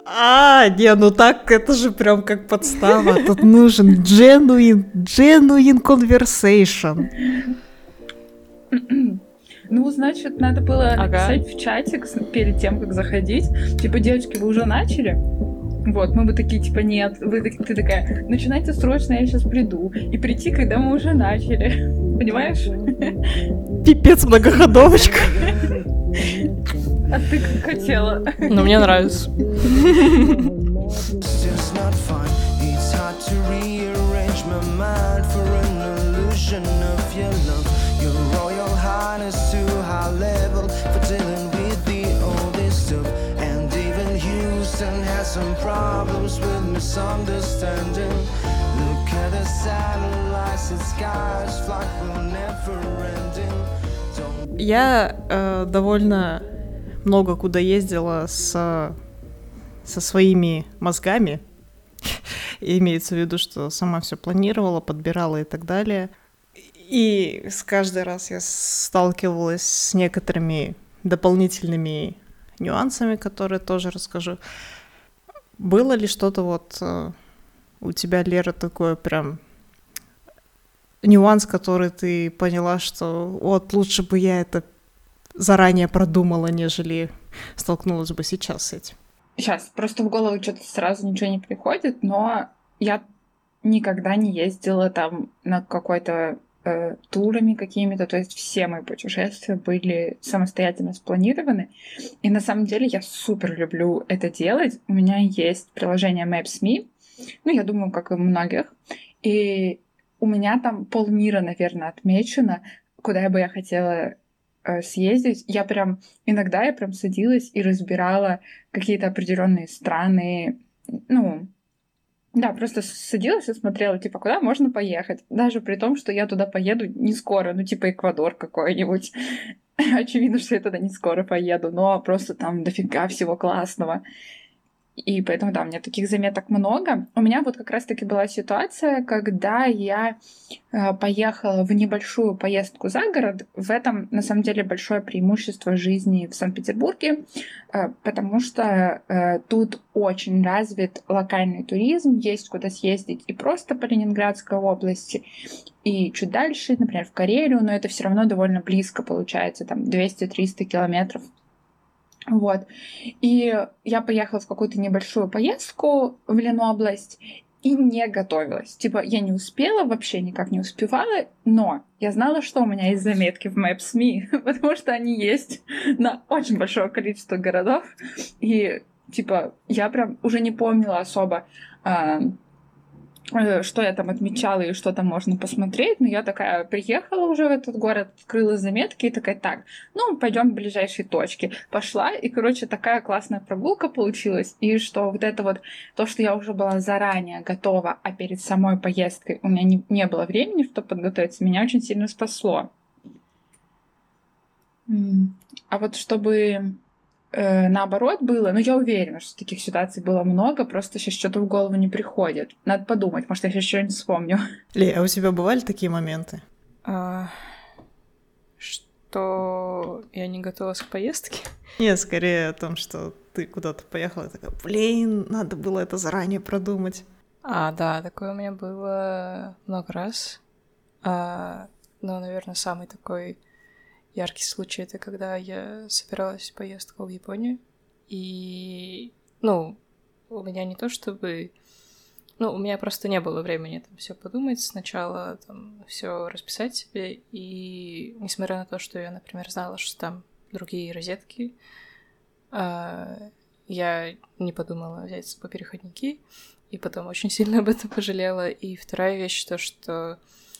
Не, ну так это же прям как подстава. Тут нужен genuine conversation. Ну, значит, надо было Ага. написать в чатик перед тем, как заходить. Типа, девочки, вы уже начали? Вот, мы бы такие, типа, нет. Ты такая, начинайте срочно, я сейчас приду. И прийти, когда мы уже начали. Понимаешь? Пипец, многоходовочка. А ты как хотела. Ну, мне нравится. It's just not fun. It's hard to rearrange my mind for an illusion of your love. Your royal highness too high level for dealing with the oldest stuff. And even Houston has some problems with misunderstanding. Look at the satellites and skies, flight will never ending. Я довольно много куда ездила со своими мозгами. Имеется в виду, что сама все планировала, подбирала и так далее. И каждый раз я сталкивалась с некоторыми дополнительными нюансами, которые тоже расскажу. Было ли что-то вот у тебя, Лера, такое прям нюанс, который ты поняла, что вот лучше бы я это заранее продумала, нежели столкнулась бы сейчас с этим? Сейчас, просто в голову что-то сразу ничего не приходит, но я никогда не ездила там на какой-то турами какими-то, то есть все мои путешествия были самостоятельно спланированы, и на самом деле я супер люблю это делать. У меня есть приложение Maps.me, ну, я думаю, как и у многих, и у меня там полмира, наверное, отмечено, куда бы я хотела съездить. Иногда я прям садилась и разбирала какие-то определенные страны, ну, да, просто садилась и смотрела, типа, куда можно поехать. Даже при том, что я туда поеду не скоро, ну, типа Эквадор какой-нибудь. Очевидно, что я туда не скоро поеду, но просто там дофига всего классного. И поэтому, да, у меня таких заметок много. У меня вот как раз-таки была ситуация, когда я поехала в небольшую поездку за город. В этом, на самом деле, большое преимущество жизни в Санкт-Петербурге, потому что тут очень развит локальный туризм, есть куда съездить и просто по Ленинградской области, и чуть дальше, например, в Карелию, но это все равно довольно близко получается, там 200-300 километров. Вот. И я поехала в какую-то небольшую поездку в Ленобласть и не готовилась. Типа, я не успела, вообще никак не успевала, но я знала, что у меня есть заметки в Maps.me, потому что они есть на очень большое количество городов. И, типа, я прям уже не помнила особо, что я там отмечала и что там можно посмотреть, но я такая приехала уже в этот город, открыла заметки и такая, так, ну, пойдем в ближайшие точки. Пошла, и, короче, такая классная прогулка получилась, и что вот это вот, то, что я уже была заранее готова, а перед самой поездкой у меня не было времени, чтобы подготовиться, меня очень сильно спасло. А вот чтобы наоборот было, но я уверена, что таких ситуаций было много, просто сейчас что-то в голову не приходит. Надо подумать, может, я сейчас что-нибудь вспомню. Ле, а у тебя бывали такие моменты? Что я не готовилась к поездке? Нет, скорее о том, что ты куда-то поехала и такая, блин, надо было это заранее продумать. Да, такое у меня было много раз. Но, наверное, самый такой яркий случай — это когда я собиралась в поездку в Японию. И, у меня не то чтобы... у меня просто не было времени там все подумать сначала, там все расписать себе. И несмотря на то, что я, например, знала, что там другие розетки, я не подумала взять с собой переходники, и потом очень сильно об этом пожалела. И вторая вещь — то, что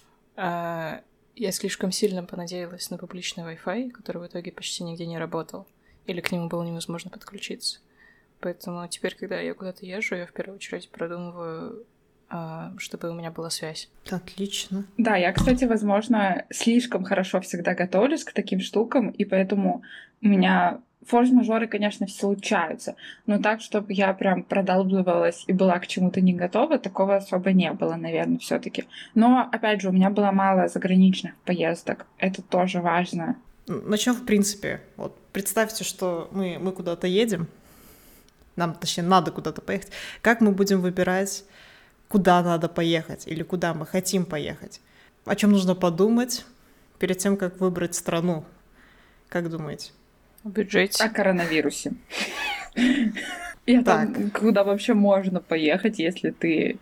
я слишком сильно понадеялась на публичный Wi-Fi, который в итоге почти нигде не работал, или к нему было невозможно подключиться. Поэтому теперь, когда я куда-то езжу, я в первую очередь продумываю, чтобы у меня была связь. Отлично. Да, я, кстати, возможно, слишком хорошо всегда готовлюсь к таким штукам, и поэтому у меня форс-мажоры, конечно, случаются, но так, чтобы я прям продалбливалась и была к чему-то не готова, такого особо не было, наверное, все-таки. Но, опять же, у меня было мало заграничных поездок, это тоже важно. Начнем, в принципе. Вот представьте, что мы куда-то едем, нам, точнее, надо куда-то поехать, как мы будем выбирать, куда надо поехать или куда мы хотим поехать? О чем нужно подумать перед тем, как выбрать страну? Как думаете? В бюджете. О коронавирусе. И там, куда вообще можно поехать, если ты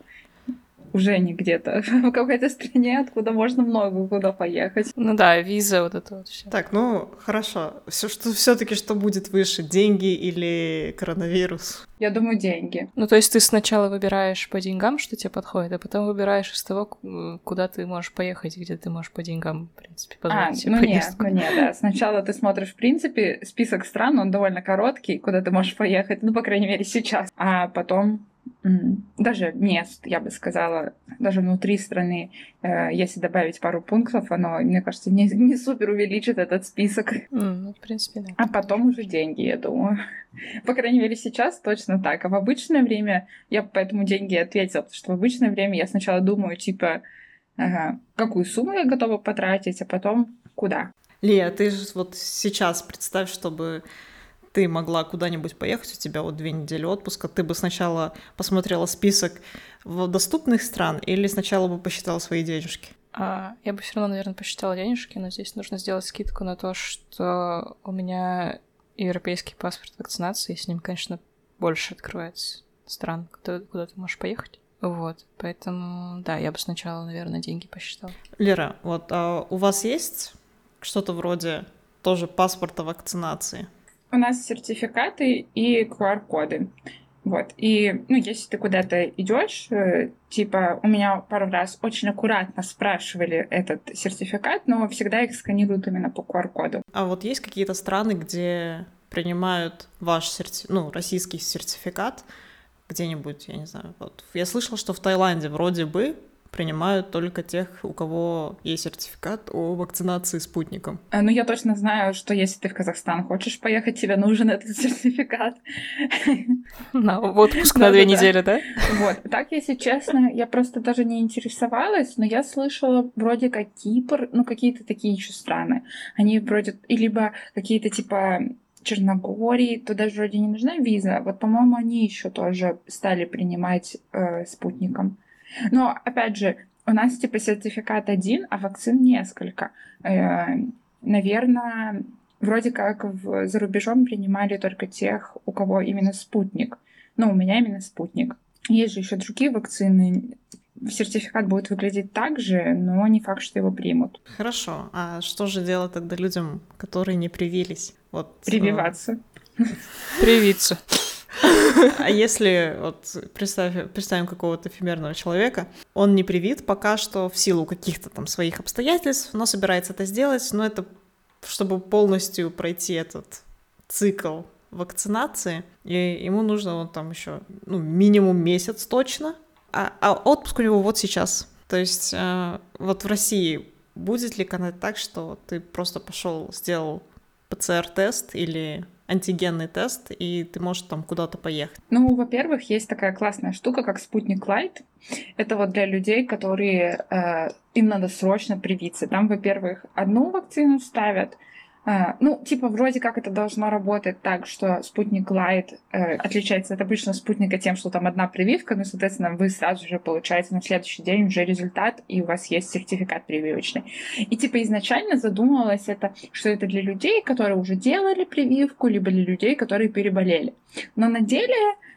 уже не где-то в какой-то стране, откуда можно много куда поехать. Ну да, виза, вот это вот все. Так, ну хорошо. Все-таки что будет выше, деньги или коронавирус? Я думаю, деньги. Ну, то есть ты сначала выбираешь по деньгам, что тебе подходит, а потом выбираешь из того, куда ты можешь поехать, где ты можешь по деньгам, в принципе, позволить себе поездку. Нет, да. Сначала ты смотришь, в принципе, список стран, он довольно короткий, куда ты можешь поехать, ну, по крайней мере, сейчас. А потом даже мест, я бы сказала, даже внутри страны, если добавить пару пунктов, оно, мне кажется, не супер увеличит этот список. Ну, в принципе, да. А потом уже деньги, я думаю. По крайней мере, сейчас точно так. А в обычное время, я поэтому деньги ответила, потому что в обычное время я сначала думаю, типа, какую сумму я готова потратить, а потом куда. Лия, ты же вот сейчас представь, чтобы ты могла куда-нибудь поехать, у тебя вот 2 недели отпуска, ты бы сначала посмотрела список доступных стран или сначала бы посчитала свои денежки? Я бы все равно, наверное, посчитала денежки, но здесь нужно сделать скидку на то, что у меня европейский паспорт вакцинации, с ним, конечно, больше открывается стран, куда ты можешь поехать. Вот, поэтому, да, я бы сначала, наверное, деньги посчитала. Лера, вот у вас есть что-то вроде тоже паспорта вакцинации? У нас сертификаты и QR-коды. Вот. И, если ты куда-то идешь, типа, у меня пару раз очень аккуратно спрашивали этот сертификат, но всегда их сканируют именно по QR-коду. А вот есть какие-то страны, где принимают ваш российский сертификат где-нибудь, я не знаю. Вот. Я слышала, что в Таиланде вроде бы принимают только тех, у кого есть сертификат о вакцинации спутником. Я точно знаю, что если ты в Казахстан хочешь поехать, тебе нужен этот сертификат. В отпуск на 2 недели, да? Вот. Так, если честно, я просто даже не интересовалась, но я слышала вроде как Кипр, какие-то такие еще страны. Они вроде, либо какие-то типа Черногории, туда же вроде не нужна виза. Вот, по-моему, они еще тоже стали принимать спутником. Но, опять же, у нас типа сертификат один, а вакцин несколько. Наверное, вроде как за рубежом принимали только тех, у кого именно спутник. У меня именно спутник. Есть же еще другие вакцины. Сертификат будет выглядеть так же, но не факт, что его примут. Хорошо. А что же делать тогда людям, которые не привились? Вот, Прививаться. Привиться. А если представим какого-то эфемерного человека, он не привит пока что в силу каких-то там своих обстоятельств, но собирается это сделать, но это чтобы полностью пройти этот цикл вакцинации, и ему нужно там еще минимум месяц точно, а отпуск у него вот сейчас. То есть вот в России будет ли так, что ты просто пошел, сделал ПЦР-тест или антигенный тест, и ты можешь там куда-то поехать? Во-первых, есть такая классная штука, как Спутник Лайт. Это вот для людей, которые им надо срочно привиться. Там, во-первых, одну вакцину ставят. Вроде как это должно работать так, что Спутник Лайт отличается от обычного спутника тем, что там одна прививка, соответственно, вы сразу же получаете на следующий день уже результат, и у вас есть сертификат прививочный. И изначально задумывалось что это для людей, которые уже делали прививку, либо для людей, которые переболели. Но на деле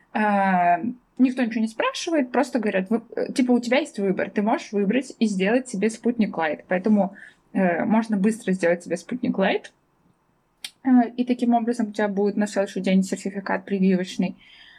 никто ничего не спрашивает, просто говорят, у тебя есть выбор, ты можешь выбрать и сделать себе Спутник Лайт. Поэтому можно быстро сделать себе Спутник Лайт, и таким образом у тебя будет на следующий день сертификат прививочный.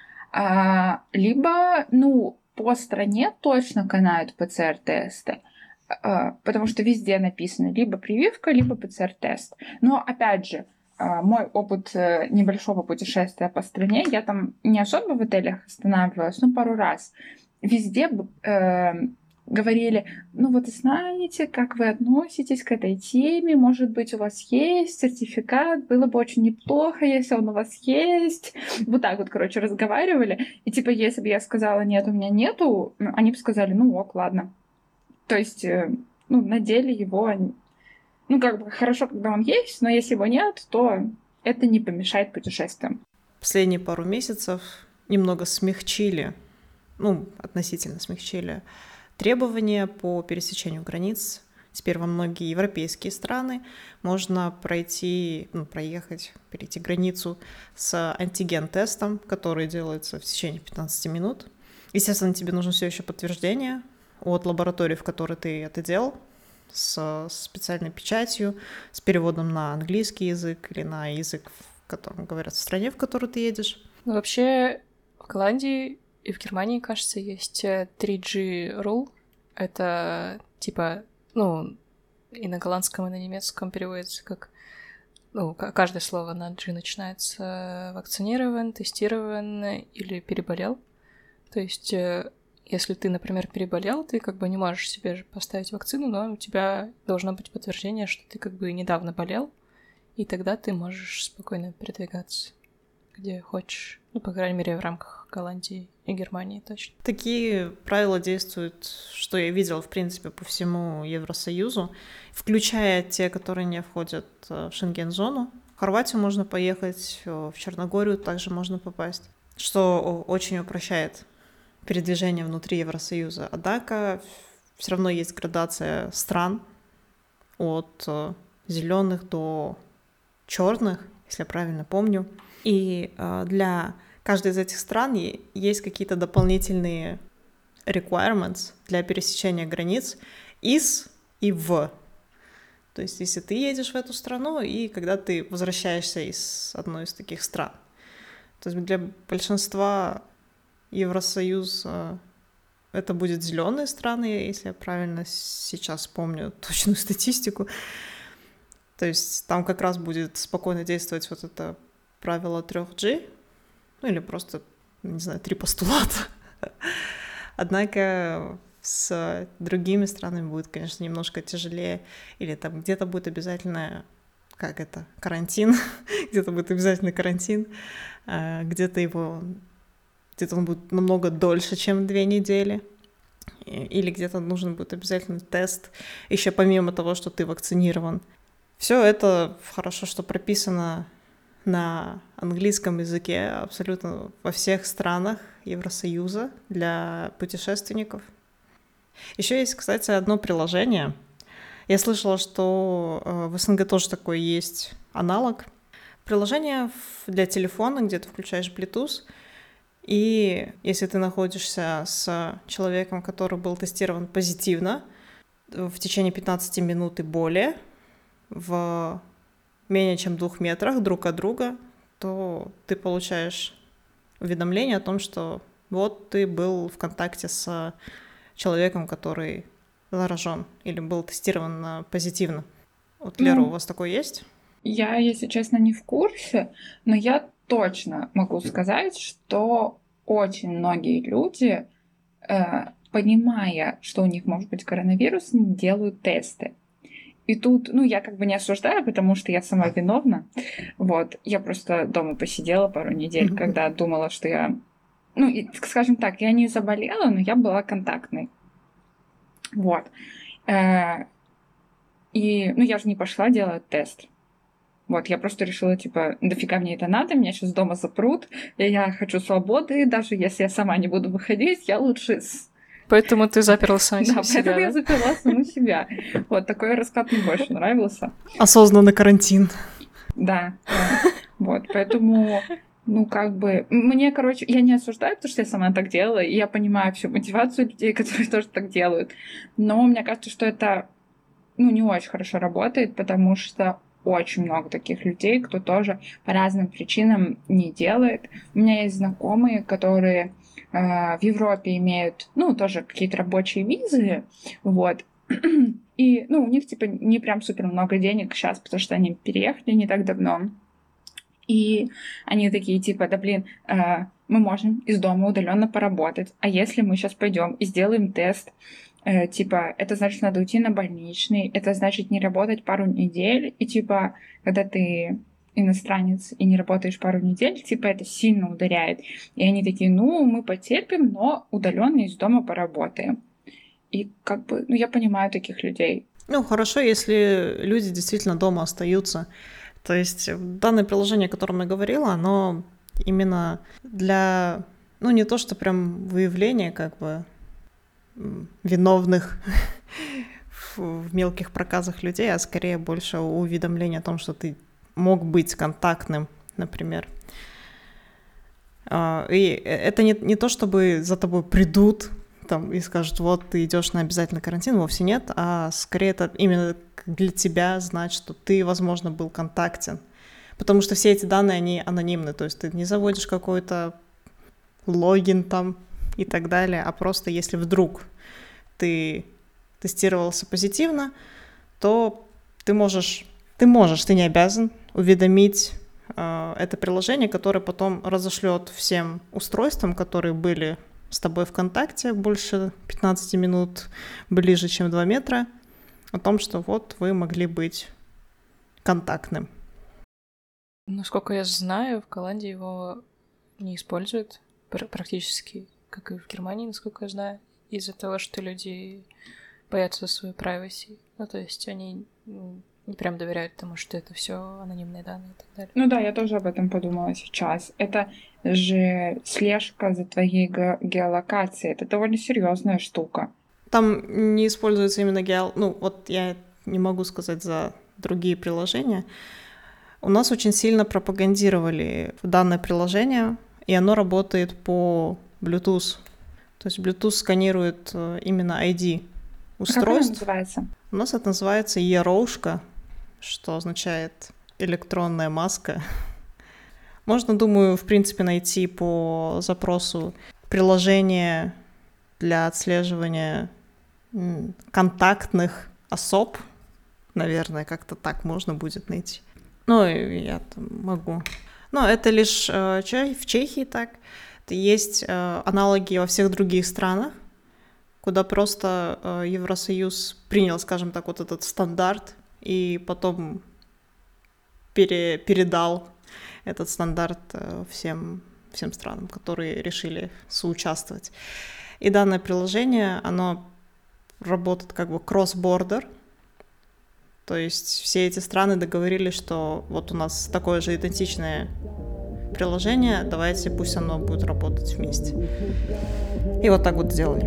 Либо, по стране точно канают ПЦР-тесты, потому что везде написано либо прививка, либо ПЦР-тест. Но, опять же, мой опыт небольшого путешествия по стране, я там не особо в отелях останавливалась, пару раз. Везде говорили, знаете, как вы относитесь к этой теме, может быть, у вас есть сертификат, было бы очень неплохо, если он у вас есть. Вот так вот, разговаривали. И если бы я сказала, нет, у меня нету, они бы сказали, ок, ладно. То есть, на деле его, хорошо, когда он есть, но если его нет, то это не помешает путешествиям. последние пару месяцев немного смягчили, относительно смягчили требования по пересечению границ. Теперь во многие европейские страны можно перейти границу с антиген-тестом, который делается в течение 15 минут. Естественно, тебе нужно все еще подтверждение от лаборатории, в которой ты это делал, с специальной печатью, с переводом на английский язык или на язык, в котором говорят в стране, в которую ты едешь. Вообще, в Голландии и в Германии, кажется, есть 3G rule. Это типа, и на голландском, и на немецком переводится как... каждое слово на G начинается вакцинирован, тестирован или переболел. То есть, если ты, например, переболел, ты как бы не можешь себе же поставить вакцину, но у тебя должно быть подтверждение, что ты как бы недавно болел, и тогда ты можешь спокойно передвигаться где хочешь. По крайней мере, в рамках Голландии и Германии точно. Такие правила действуют, что я видела, в принципе, по всему Евросоюзу, включая те, которые не входят в Шенген-зону. В Хорватию можно поехать, в Черногорию также можно попасть, что очень упрощает передвижение внутри Евросоюза. Однако все равно есть градация стран от зеленых до черных, если я правильно помню. И для каждой из этих стран есть какие-то дополнительные requirements для пересечения границ из и в. То есть если ты едешь в эту страну и когда ты возвращаешься из одной из таких стран. То есть для большинства Евросоюз это будет зеленые страны, если я правильно сейчас помню точную статистику. То есть там как раз будет спокойно действовать вот это правило 3G, или просто, 3 постулата. Однако с другими странами будет, конечно, немножко тяжелее, или там где-то будет обязательно, карантин, где-то будет обязательно карантин, где-то он будет намного дольше, чем 2 недели, или где-то нужен будет обязательно тест, еще помимо того, что ты вакцинирован. Все это хорошо, что прописано на английском языке абсолютно во всех странах Евросоюза для путешественников. Еще есть, кстати, одно приложение. Я слышала, что в СНГ тоже такой есть аналог. Приложение для телефона, где ты включаешь Bluetooth, и если ты находишься с человеком, который был тестирован позитивно в течение 15 минут и более, в менее чем 2 метрах друг от друга, то ты получаешь уведомление о том, что вот ты был в контакте с человеком, который заражен или был тестирован позитивно. Вот, Лера, у вас такое есть? Я, если честно, не в курсе, но я точно могу сказать, что очень многие люди, понимая, что у них может быть коронавирус, не делают тесты. И тут, я как бы не осуждаю, потому что я сама виновна. Вот, я просто дома посидела пару недель, когда думала, что я... скажем так, я не заболела, но я была контактной. Вот. И, я же не пошла делать тест. Вот, я просто решила, дофига мне это надо, меня сейчас дома запрут, и я хочу свободы, даже если я сама не буду выходить, я лучше... Поэтому ты заперла саму себя, поэтому я заперла саму себя. Вот, такой расклад мне больше нравился. Осознанный карантин. Да. Вот, поэтому... мне, я не осуждаю, потому что я сама так делала, и я понимаю всю мотивацию людей, которые тоже так делают. Но мне кажется, что это, не очень хорошо работает, потому что очень много таких людей, кто тоже по разным причинам не делает. У меня есть знакомые, которые в Европе имеют, тоже какие-то рабочие визы, вот. И, у них, не прям супер много денег сейчас, потому что они переехали не так давно. И они такие, мы можем из дома удаленно поработать. А если мы сейчас пойдем и сделаем тест, это значит, надо уйти на больничный, это значит не работать пару недель. И, когда ты иностранец и не работаешь пару недель, это сильно ударяет. И они такие, мы потерпим, но удаленно из дома поработаем. И я понимаю таких людей. Хорошо, если люди действительно дома остаются. То есть данное приложение, о котором я говорила, оно именно для, ну, не то, что прям выявления как бы виновных в мелких проказах людей, а скорее больше уведомления о том, что ты мог быть контактным, например. И это не то, чтобы за тобой придут там, и скажут, вот, ты идешь на обязательный карантин, вовсе нет, а скорее это именно для тебя знать, что ты, возможно, был контактен. Потому что все эти данные, они анонимны, то есть ты не заводишь какой-то логин там и так далее, а просто если вдруг ты тестировался позитивно, то ты не обязан уведомить это приложение, которое потом разошлет всем устройствам, которые были с тобой в контакте больше 15 минут, ближе, чем 2 метра, о том, что вот вы могли быть контактным. Насколько я знаю, в Голландии его не используют практически, как и в Германии, насколько я знаю, из-за того, что люди боятся своей privacy. Ну, то есть они не прям доверяют тому, что это все анонимные данные и так далее. Ну да, я тоже об этом подумала сейчас. Это же слежка за твоей геолокацией. Это довольно серьезная штука. Там не используется именно ну, вот я не могу сказать за другие приложения. У нас очень сильно пропагандировали данное приложение, и оно работает по Bluetooth. То есть Bluetooth сканирует именно ID устройств. Как оно называется? У нас это называется Ерошка, что означает электронная маска. Можно, думаю, в принципе, найти по запросу приложение для отслеживания контактных особ. Наверное, как-то так можно будет найти. Ну, я там могу. Но это лишь в Чехии так. Есть аналоги во всех других странах, куда просто Евросоюз принял, скажем так, вот этот стандарт и потом передал этот стандарт всем странам, которые решили соучаствовать. И данное приложение, оно работает как бы cross-border, то есть все эти страны договорились, что вот у нас такое же идентичное приложение, давайте пусть оно будет работать вместе. И вот так вот сделали.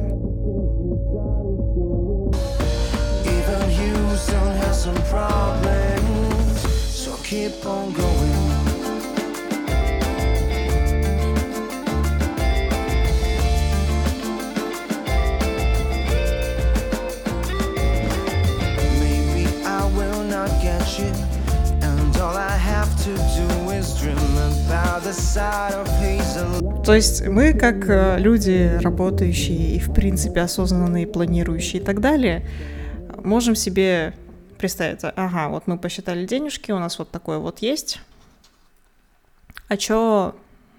То есть мы, как люди, работающие и, в принципе, осознанные, планирующие и так далее, можем себе представить, ага, вот мы посчитали денежки, у нас вот такое вот есть, а чё,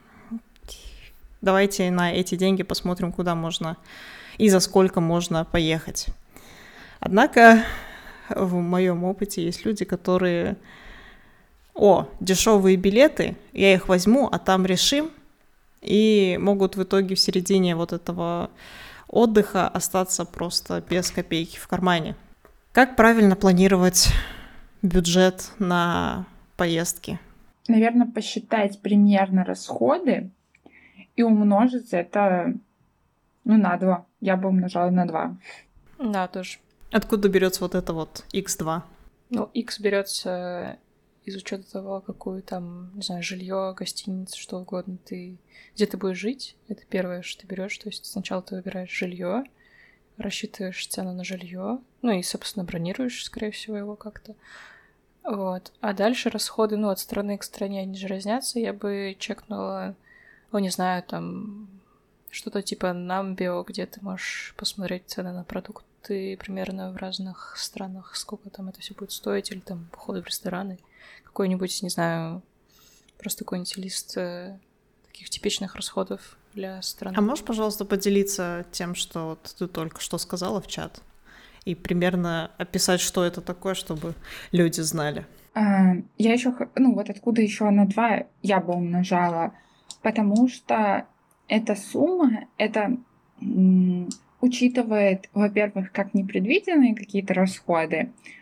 давайте на эти деньги посмотрим, куда можно и за сколько можно поехать. Однако в моем опыте есть люди, которые... дешевые билеты, я их возьму, а там решим, и могут в итоге в середине вот этого отдыха остаться просто без копейки в кармане. Как правильно планировать бюджет на поездки? Наверное, посчитать примерно расходы и умножить это, на 2. Я бы умножала на 2. Да, тоже. Откуда берется вот это вот x2? X берется из учета того, какую там, не знаю, жилье, гостиницу, что угодно где ты будешь жить. Это первое, что ты берешь. То есть сначала ты выбираешь жилье, рассчитываешь цену на жилье, и, собственно, бронируешь, скорее всего, его как-то. Вот. А дальше расходы, от страны к стране они же разнятся. Я бы чекнула, не знаю, там что-то типа Numbeo, где ты можешь посмотреть цены на продукты примерно в разных странах, сколько там это все будет стоить, или там походы в рестораны. Какой-нибудь, не знаю, просто какой-нибудь лист таких типичных расходов для страны. А можешь, пожалуйста, поделиться тем, что вот ты только что сказала в чат? И примерно описать, что это такое, чтобы люди знали. Я еще, вот откуда еще на 2 я бы умножала, потому что эта сумма, это учитывает, во-первых, как непредвиденные какие-то расходы,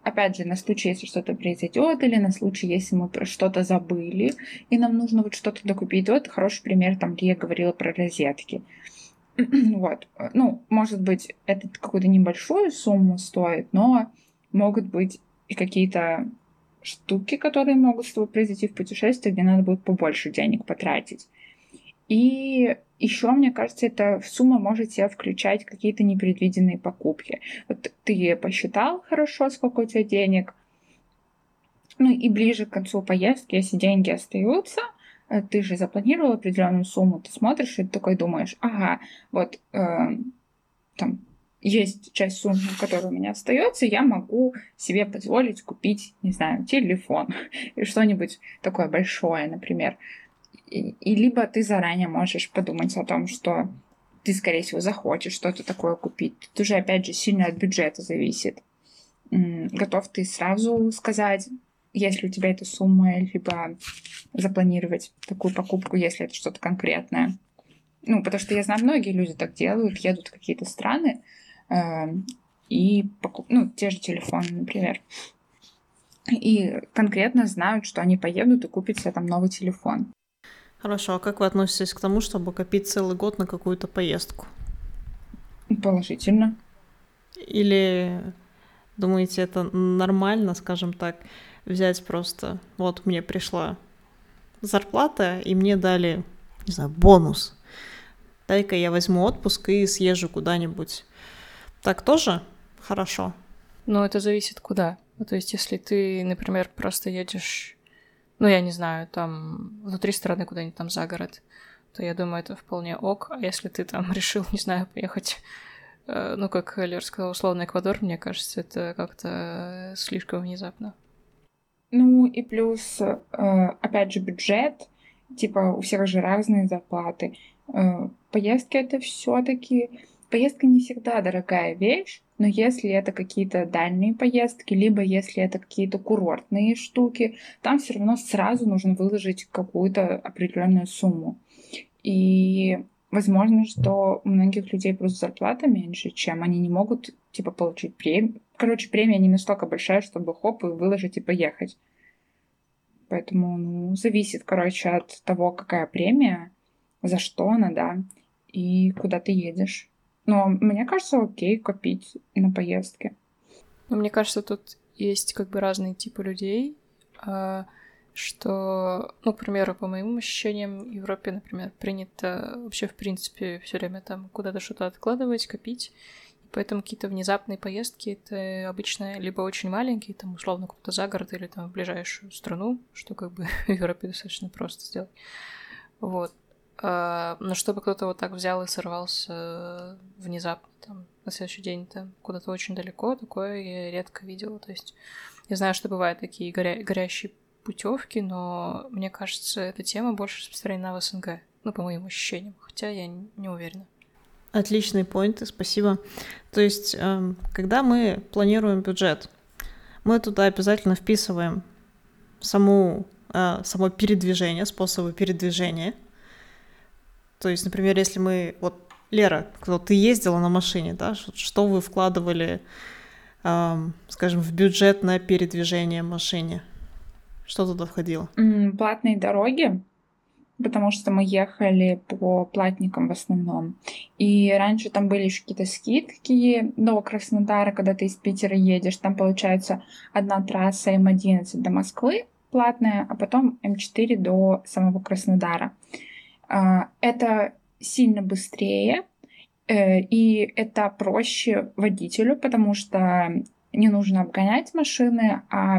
опять же, на случай, если что-то произойдет, или на случай, если мы про что-то забыли, и нам нужно вот что-то докупить. Вот хороший пример, там, где я говорила про розетки. Вот. Ну, может быть, это какую-то небольшую сумму стоит, но могут быть и какие-то штуки, которые могут с тобой произойти в путешествии, где надо будет побольше денег потратить. И еще, мне кажется, эта сумма может себе включать какие-то непредвиденные покупки. Вот ты посчитал хорошо, сколько у тебя денег, ну и ближе к концу поездки, если деньги остаются, ты же запланировал определенную сумму, ты смотришь и ты такой думаешь, ага, вот там есть часть суммы, которая у меня остается, я могу себе позволить купить, не знаю, телефон или что-нибудь такое большое, например. И либо ты заранее можешь подумать о том, что ты, скорее всего, захочешь что-то такое купить. Тут уже, опять же, сильно от бюджета зависит. Готов ты сразу сказать, есть ли у тебя эта сумма, либо запланировать такую покупку, если это что-то конкретное. Ну, потому что я знаю, многие люди так делают, едут в какие-то страны и ну, те же телефоны, например. И конкретно знают, что они поедут и купят себе там новый телефон. Хорошо, а как вы относитесь к тому, чтобы копить целый год на какую-то поездку? Положительно. Или думаете, это нормально, скажем так, взять просто, вот мне пришла зарплата, и мне дали, не знаю, бонус. Дай-ка я возьму отпуск и съезжу куда-нибудь. Так тоже хорошо? Ну, это зависит куда. Ну, то есть, если ты, например, просто едешь, ну, я не знаю, там, внутри страны куда-нибудь там за город, то я думаю, это вполне ок. А если ты там решил, не знаю, поехать, ну, как Лер сказал, условно, Эквадор, мне кажется, это как-то слишком внезапно. Ну, и плюс, опять же, бюджет, типа, у всех же разные зарплаты. Поездки — это все-таки... Поездка не всегда дорогая вещь, но если это какие-то дальние поездки, либо если это какие-то курортные штуки, там все равно сразу нужно выложить какую-то определенную сумму. И возможно, что у многих людей просто зарплата меньше, чем они не могут, типа, получить премию. Короче, премия не настолько большая, чтобы хоп, и выложить и поехать. Поэтому, ну, зависит, короче, от того, какая премия, за что она, да, и куда ты едешь. Но мне кажется, окей копить на поездки. Ну, мне кажется, тут есть как бы разные типы людей, что, ну, к примеру, по моим ощущениям, в Европе, например, принято вообще, в принципе, все время там куда-то что-то откладывать, копить. И поэтому какие-то внезапные поездки — это обычно либо очень маленькие, там, условно, куда-то за город или там в ближайшую страну, что как бы в Европе достаточно просто сделать. Вот. Но чтобы кто-то вот так взял и сорвался внезапно, там, на следующий день там куда-то очень далеко, такое я редко видела. То есть я знаю, что бывают такие горящие путевки, но мне кажется, эта тема больше распространена в СНГ, ну, по моим ощущениям, хотя я не уверена. Отличные поинты, спасибо. То есть, когда мы планируем бюджет, мы туда обязательно вписываем само передвижение, способы передвижения. То есть, например, если мы... Вот, Лера, ты ездила на машине, да? Что вы вкладывали, скажем, в бюджет на передвижение в машине? Что туда входило? Платные дороги, потому что мы ехали по платникам в основном. И раньше там были еще какие-то скидки до Краснодара, когда ты из Питера едешь. Там, получается, одна трасса М11 до Москвы платная, а потом М4 до самого Краснодара. Это сильно быстрее, и это проще водителю, потому что не нужно обгонять машины,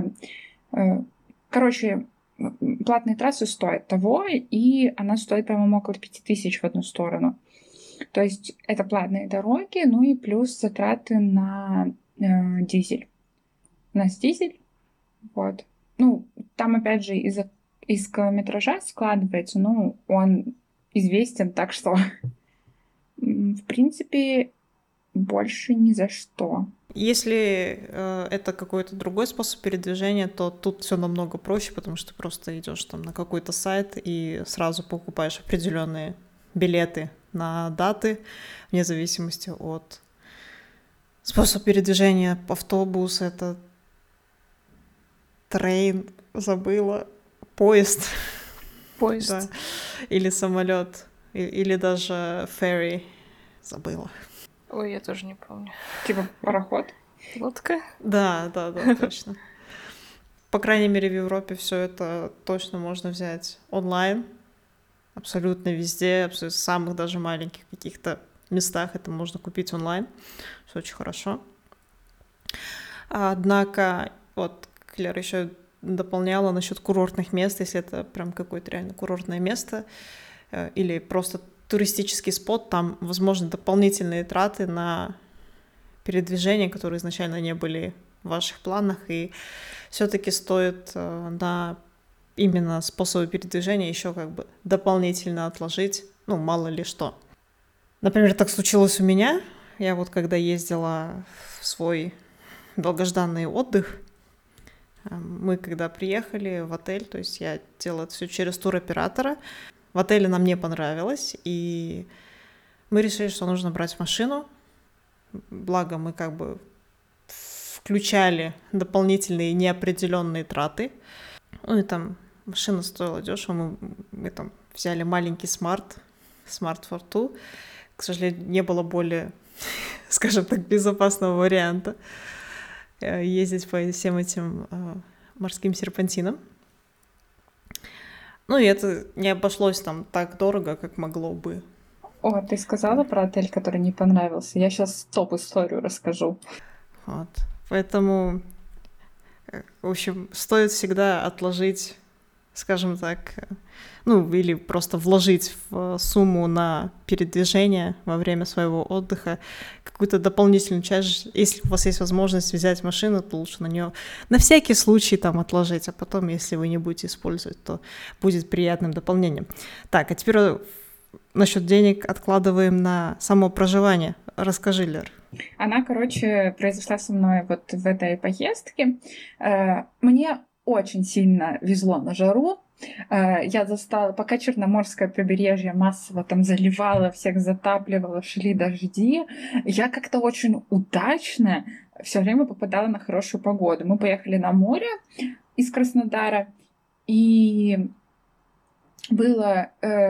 короче, платные трассы стоят того, и она стоит, по-моему, около 5000 в одну сторону. То есть это платные дороги, ну и плюс затраты на дизель. У нас дизель, вот. Ну, там, опять же, из километража складывается, ну, он известен, так что, в принципе, больше ни за что. Если это какой-то другой способ передвижения, то тут все намного проще, потому что ты просто идешь там на какой-то сайт и сразу покупаешь определенные билеты на даты, вне зависимости от способа передвижения. Автобус — это Трейн забыла. Поезд. Поезд. Да. Или самолет. Или даже ферри забыла. Ой, я тоже не помню. Типа пароход? Лодка? Да, точно. По крайней мере, в Европе все это точно можно взять онлайн. Абсолютно везде, абсолютно в самых даже маленьких каких-то местах это можно купить онлайн. Все очень хорошо. Однако, вот Клера еще дополняла насчет курортных мест, если это прям какое-то реально курортное место или просто туристический спот, там, возможно, дополнительные траты на передвижения, которые изначально не были в ваших планах, и все-таки стоит на именно способы передвижения еще как бы дополнительно отложить, ну, мало ли что. Например, так случилось у меня. Я вот когда ездила в свой долгожданный отдых, мы когда приехали в отель, то есть я делала это все через туроператора, в отеле нам не понравилось, и мы решили, что нужно брать машину, благо мы как бы включали дополнительные неопределенные траты. Ну и там машина стоила дешево, мы там взяли маленький Smart Fortwo. К сожалению, не было более, скажем так, безопасного варианта ездить по всем этим морским серпантинам. Ну и это не обошлось там так дорого, как могло бы. О, ты сказала про отель, который не понравился. Я сейчас топ-историю расскажу. Вот. Поэтому, в общем, стоит всегда отложить, скажем так, ну, или просто вложить в сумму на передвижение во время своего отдыха какую-то дополнительную часть. Если у вас есть возможность взять машину, то лучше на нее на всякий случай там отложить, а потом, если вы не будете использовать, то будет приятным дополнением. Так, а теперь насчет денег откладываем на само проживание. Расскажи, Лер. Она, короче, произошла со мной вот в этой поездке. Мне очень сильно везло на жару. Я застала, пока Черноморское побережье массово там заливало, всех затапливало, шли дожди, я как-то очень удачно все время попадала на хорошую погоду. Мы поехали на море из Краснодара, и было...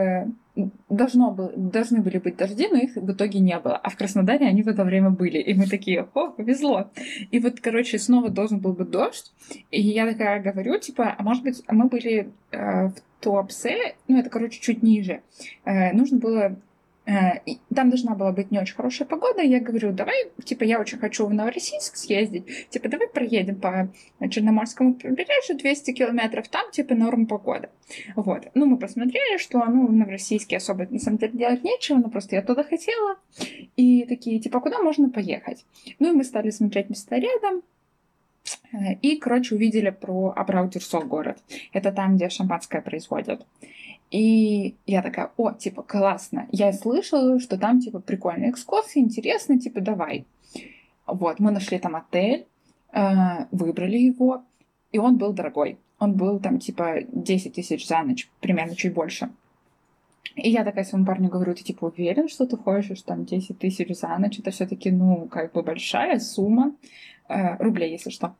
должны были быть дожди, но их в итоге не было. А в Краснодаре они в это время были. И мы такие, о, повезло. И вот, короче, снова должен был быть дождь. И я такая говорю, типа, а может быть, мы были в Туапсе, ну, это, короче, чуть ниже. Нужно было... там должна была быть не очень хорошая погода, и я говорю, давай, типа, я очень хочу в Новороссийск съездить, типа, давай проедем по Черноморскому побережью 200 километров, там, типа, норм погода. Вот. Ну, мы посмотрели, что, ну, в Новороссийске особо, на самом деле, делать нечего, но просто я туда хотела, и такие, типа, куда можно поехать? Ну, и мы стали смотреть места рядом, и, короче, увидели про Абрау-Дюрсо город. Это там, где шампанское производят. И я такая, о, типа, классно. Я слышала, что там, типа, прикольные экскурсии, интересно, типа, давай. Вот, мы нашли там отель, выбрали его, и он был дорогой. Он был там, типа, 10 тысяч за ночь, примерно чуть больше. И я такая своему парню говорю, ты, типа, уверен, что ты хочешь там 10 тысяч за ночь? Это все-таки, ну, как бы большая сумма, рублей, если что.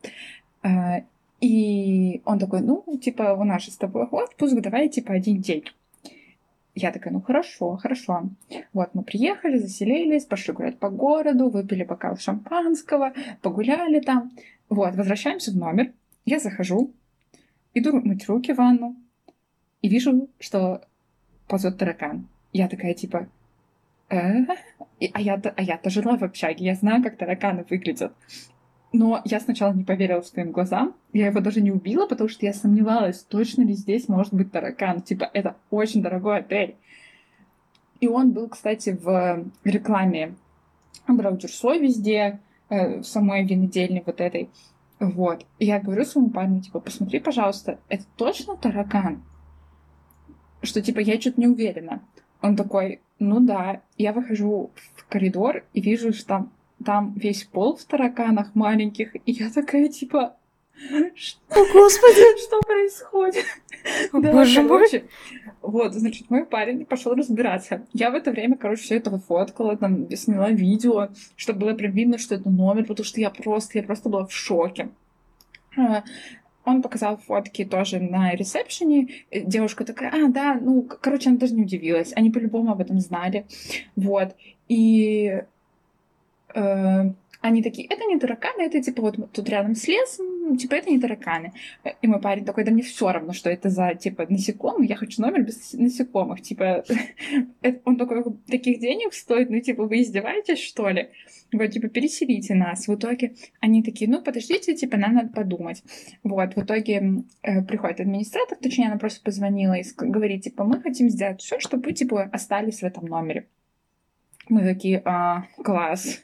И он такой, ну, типа, у нас же с тобой отпуск, давай, типа, 1 день. Я такая, ну, хорошо. Вот, мы приехали, заселились, пошли гулять по городу, выпили бокал шампанского, погуляли там. Вот, возвращаемся в номер, я захожу, иду мыть руки в ванну, и вижу, что ползет таракан. Я такая, типа, а я-то жила в общаге, я знаю, как тараканы выглядят. Но я сначала не поверила своим глазам. Я его даже не убила, потому что я сомневалась, точно ли здесь может быть таракан. Типа, это очень дорогой отель. И он был, кстати, в рекламе Абрау-Дюрсо везде, в самой винодельне вот этой. Вот. И я говорю своему парню, типа, посмотри, пожалуйста, это точно таракан? Что, типа, я что-то не уверена. Он такой, ну да. Я выхожу в коридор и вижу, что там весь пол в тараканах маленьких, и я такая, типа, что, О, Господи! что происходит? Да, Боже мой! короче, вот, значит, мой парень пошел разбираться. Я в это время, короче, все это фоткала, там, сняла видео, чтобы было прям видно, что это номер, потому что я просто была в шоке. он показал фотки тоже на ресепшене. Девушка такая, да, короче, она даже не удивилась. Они по-любому об этом знали. Вот. И они такие, это не тараканы, это типа вот тут рядом с лесом, типа это не тараканы. И мой парень такой, да мне все равно, что это за типа насекомые, я хочу номер без насекомых. Типа, он такой, таких денег стоит, типа вы издеваетесь, что ли? Вот, типа, переселите нас. В итоге они такие, подождите, типа, нам надо подумать. Вот, в итоге приходит администратор, точнее, она просто позвонила и говорит, типа, мы хотим сделать все, чтобы вы, типа, остались в этом номере. Мы такие, класс.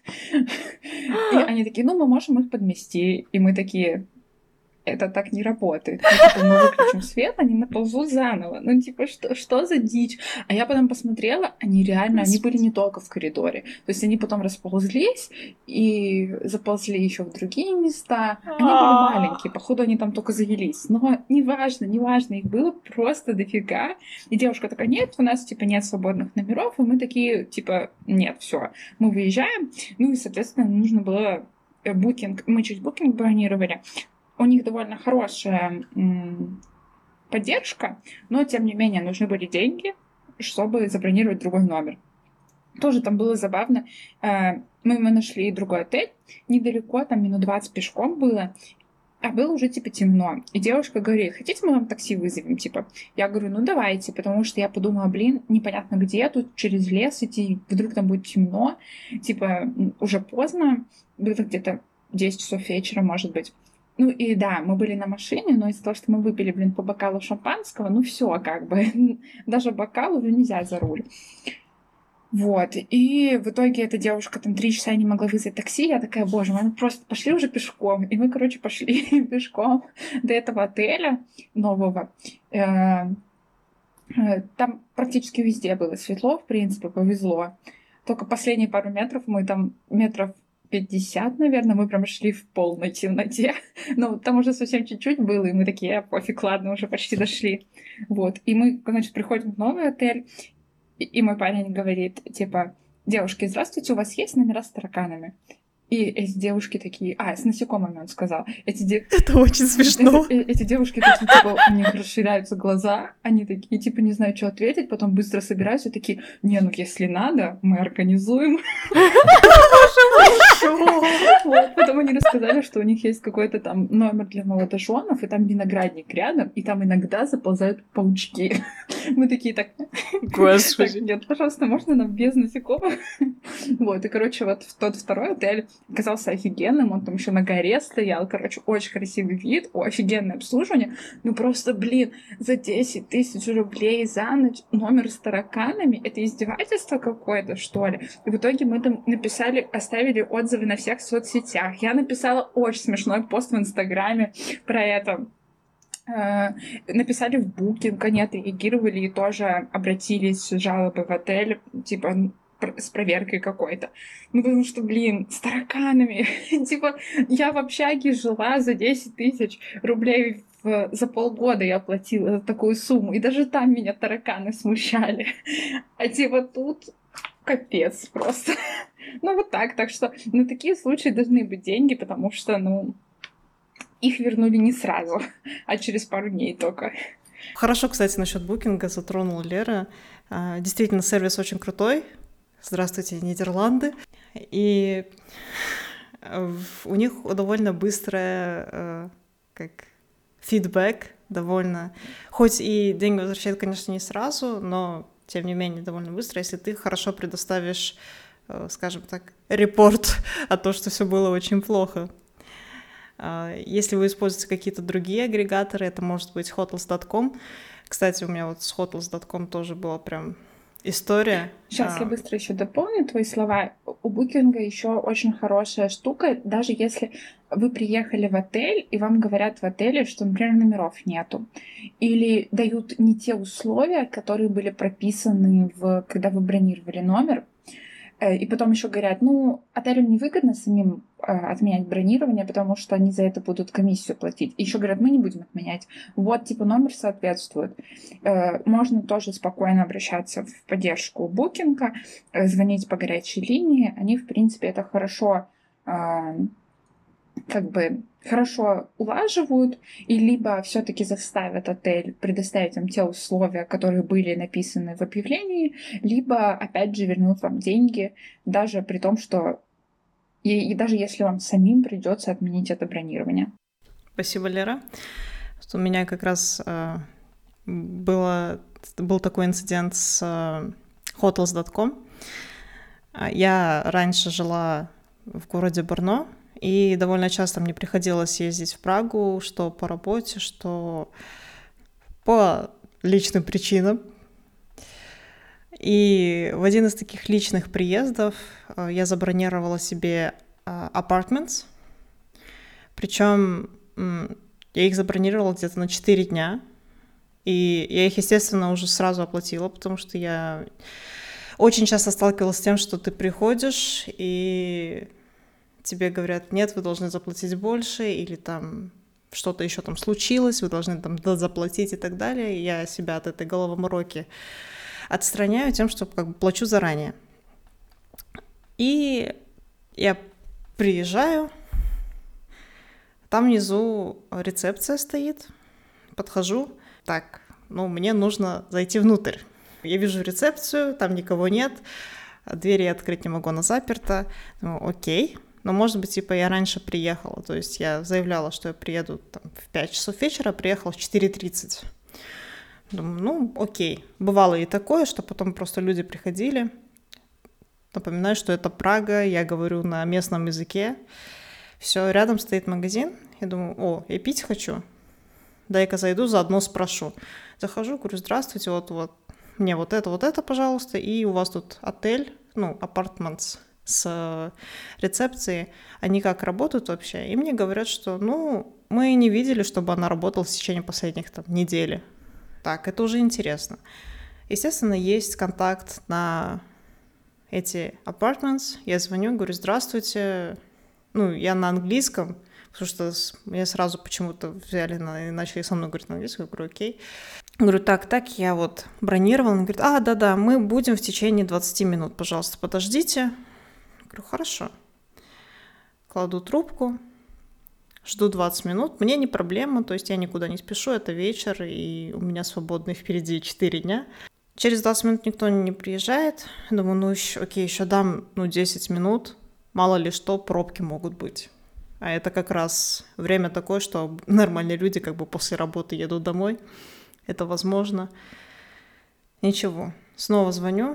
И они такие, мы можем их подмести. И мы такие, это так не работает. Мы выключим свет, они наползут заново. Типа, что за дичь? А я потом посмотрела, они были не только в коридоре. То есть они потом расползлись и заползли еще в другие места. Они были маленькие, походу они там только завелись. Но неважно, их было просто дофига. И девушка такая, нет, у нас типа нет свободных номеров. И мы такие, типа, нет, все, мы выезжаем. И, соответственно, нужно было букинг. Мы чуть букинг бронировали. У них довольно хорошая поддержка, но, тем не менее, нужны были деньги, чтобы забронировать другой номер. Тоже там было забавно. Мы нашли другой отель недалеко, там минут 20 пешком было, а было уже, типа, темно. И девушка говорит, хотите, мы вам такси вызовем, типа? Я говорю, давайте, потому что я подумала, непонятно где, тут через лес идти, вдруг там будет темно, типа, уже поздно, было где-то 10 часов вечера, может быть. И да, мы были на машине, но из-за того, что мы выпили, по бокалу шампанского, все, как бы, даже бокал уже нельзя за руль. Вот, и в итоге эта девушка там 3 часа не могла вызвать такси, я такая, боже мой, просто пошли уже пешком. И мы, короче, пошли пешком до этого отеля нового. Там практически везде было светло, в принципе, повезло. Только последние пару метров, мы там метров 50, наверное, мы прям шли в полной темноте. Там уже совсем чуть-чуть было, и мы такие, пофиг, ладно, уже почти дошли. Вот. И мы, значит, приходим в новый отель, и мой парень говорит, типа, девушки, здравствуйте, у вас есть номера с тараканами? И эти девушки такие... с насекомыми он сказал. Это очень смешно. Эти девушки такие, типа, у них расширяются глаза, они такие, типа, не знают, что ответить, потом быстро собираются, такие, если надо, мы организуем. Потом они рассказали, что у них есть какой-то там номер для молодоженов, и там виноградник рядом, и там иногда заползают паучки. Мы такие, так... Господи. Нет, пожалуйста, можно нам без насекомых? Вот, и, короче, вот тот второй отель оказался офигенным, он там еще на горе стоял, короче, очень красивый вид, офигенное обслуживание, просто, за 10 тысяч рублей за ночь номер с тараканами, это издевательство какое-то, что ли? И в итоге мы там оставили отзывы на всех соцсетях, я написала очень смешной пост в Инстаграме про это, написали в букинг, они отреагировали и тоже обратились с жалобой в отель, типа, с проверкой какой-то. Потому что, с тараканами. Типа, я в общаге жила за 10 тысяч рублей за полгода я оплатила такую сумму. И даже там меня тараканы смущали. А типа тут капец просто. Вот так. Так что на такие случаи должны быть деньги, потому что, их вернули не сразу, а через пару дней только. Хорошо, кстати, насчет букинга затронула Лера. Действительно, сервис очень крутой. Здравствуйте, Нидерланды. И у них довольно быстрая фидбэк, довольно... Хоть и деньги возвращают, конечно, не сразу, но, тем не менее, довольно быстро, если ты хорошо предоставишь, скажем так, репорт о том, что все было очень плохо. Если вы используете какие-то другие агрегаторы, это может быть hotels.com. Кстати, у меня вот с hotels.com тоже была прям... история. Сейчас я быстро еще дополню твои слова. У букинга еще очень хорошая штука, даже если вы приехали в отель, и вам говорят в отеле, что, например, номеров нету, или дают не те условия, которые были прописаны, когда вы бронировали номер, и потом еще говорят, отелям невыгодно самим отменять бронирование, потому что они за это будут комиссию платить. И еще говорят, мы не будем отменять. Вот, типа, номер соответствует. Можно тоже спокойно обращаться в поддержку букинга, звонить по горячей линии. Они, в принципе, это хорошо как бы хорошо улаживают, и либо все-таки заставят отель предоставить им те условия, которые были написаны в объявлении, либо, опять же, вернут вам деньги, даже при том, что и даже если вам самим придется отменить это бронирование. Спасибо, Лера. У меня как раз был такой инцидент с Hotels.com. Я раньше жила в городе Брно, и довольно часто мне приходилось ездить в Прагу, что по работе, что по личным причинам. И в один из таких личных приездов я забронировала себе apartments, причем я их забронировала где-то на 4 дня, и я их, естественно, уже сразу оплатила, потому что я очень часто сталкивалась с тем, что ты приходишь, и тебе говорят, нет, вы должны заплатить больше, или там что-то еще там случилось, вы должны там заплатить и так далее. И я себя от этой головомороки отстраняю тем, что как бы плачу заранее. И я приезжаю, там внизу рецепция стоит, подхожу, так, мне нужно зайти внутрь. Я вижу рецепцию, там никого нет, двери я открыть не могу, она заперта. Окей, но может быть, я раньше приехала, то есть я заявляла, что я приеду там, в 5 часов вечера, приехала в 4:30. Думаю, окей. Бывало и такое, что потом просто люди приходили. Напоминаю, что это Прага, я говорю на местном языке. Все, рядом стоит магазин. Я думаю, я пить хочу. Дай-ка зайду, заодно спрошу. Захожу, говорю, здравствуйте, вот, мне вот это, пожалуйста, и у вас тут отель, apartments с рецепцией. Они как работают вообще? И мне говорят, что, мы не видели, чтобы она работала в течение последних недели. Так, это уже интересно. Естественно, есть контакт на эти apartments. Я звоню, говорю, здравствуйте. Я на английском, потому что меня сразу почему-то взяли и начали со мной говорить на английском. Я говорю, окей. Говорю, так, я вот бронировала. Он говорит, да, мы будем в течение 20 минут, пожалуйста, подождите. Я говорю, хорошо. Кладу трубку. Жду 20 минут, мне не проблема, то есть я никуда не спешу, это вечер, и у меня свободные впереди 4 дня. Через 20 минут никто не приезжает, думаю, окей, еще дам 10 минут, мало ли что, пробки могут быть. А это как раз время такое, что нормальные люди как бы после работы едут домой, это возможно. Ничего, снова звоню,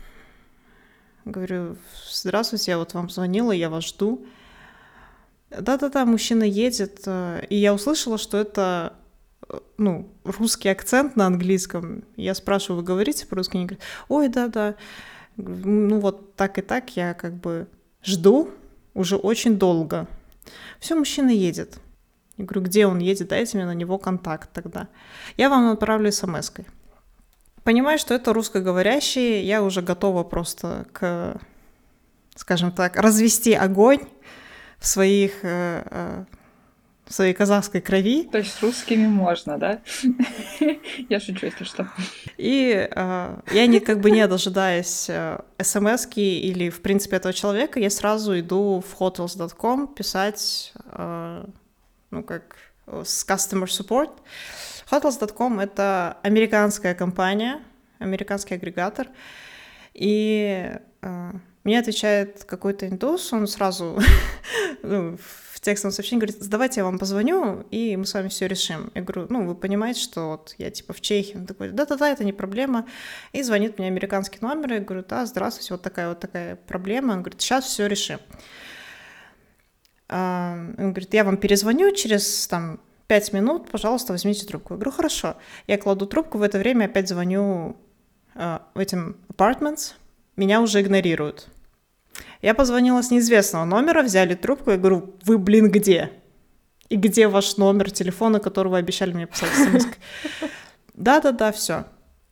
говорю, здравствуйте, я вот вам звонила, я вас жду. Да, мужчина едет, и я услышала, что это, русский акцент на английском. Я спрашиваю, вы говорите по-русски? Они говорят, ой, да. Вот так и так, я как бы жду уже очень долго. Все, мужчина едет. Я говорю, где он едет? Дайте мне на него контакт тогда. Я вам отправлю смс-кой. Понимаю, что это русскоговорящие, я уже готова просто скажем так, развести огонь в своей казахской крови. То есть с русскими можно, да? Я шучу, если что. И я не дожидаясь смс-ки или, в принципе, этого человека, я сразу иду в hotels.com писать, с customer support. Hotels.com — это американская компания, американский агрегатор, и мне отвечает какой-то индус, он сразу в текстовом сообщении говорит, давайте я вам позвоню, и мы с вами все решим. Я говорю, вы понимаете, что вот я в Чехии. Он такой, да, это не проблема. И звонит мне американский номер, я говорю, да, здравствуйте, вот такая проблема. Он говорит, сейчас все решим. Он говорит, я вам перезвоню через 5 минут, пожалуйста, возьмите трубку. Я говорю, хорошо. Я кладу трубку, в это время опять звоню в этим apartments, меня уже игнорируют. Я позвонила с неизвестного номера, взяли трубку, я говорю, вы, где? И где ваш номер телефона, который вы обещали мне писать смс? Да, все.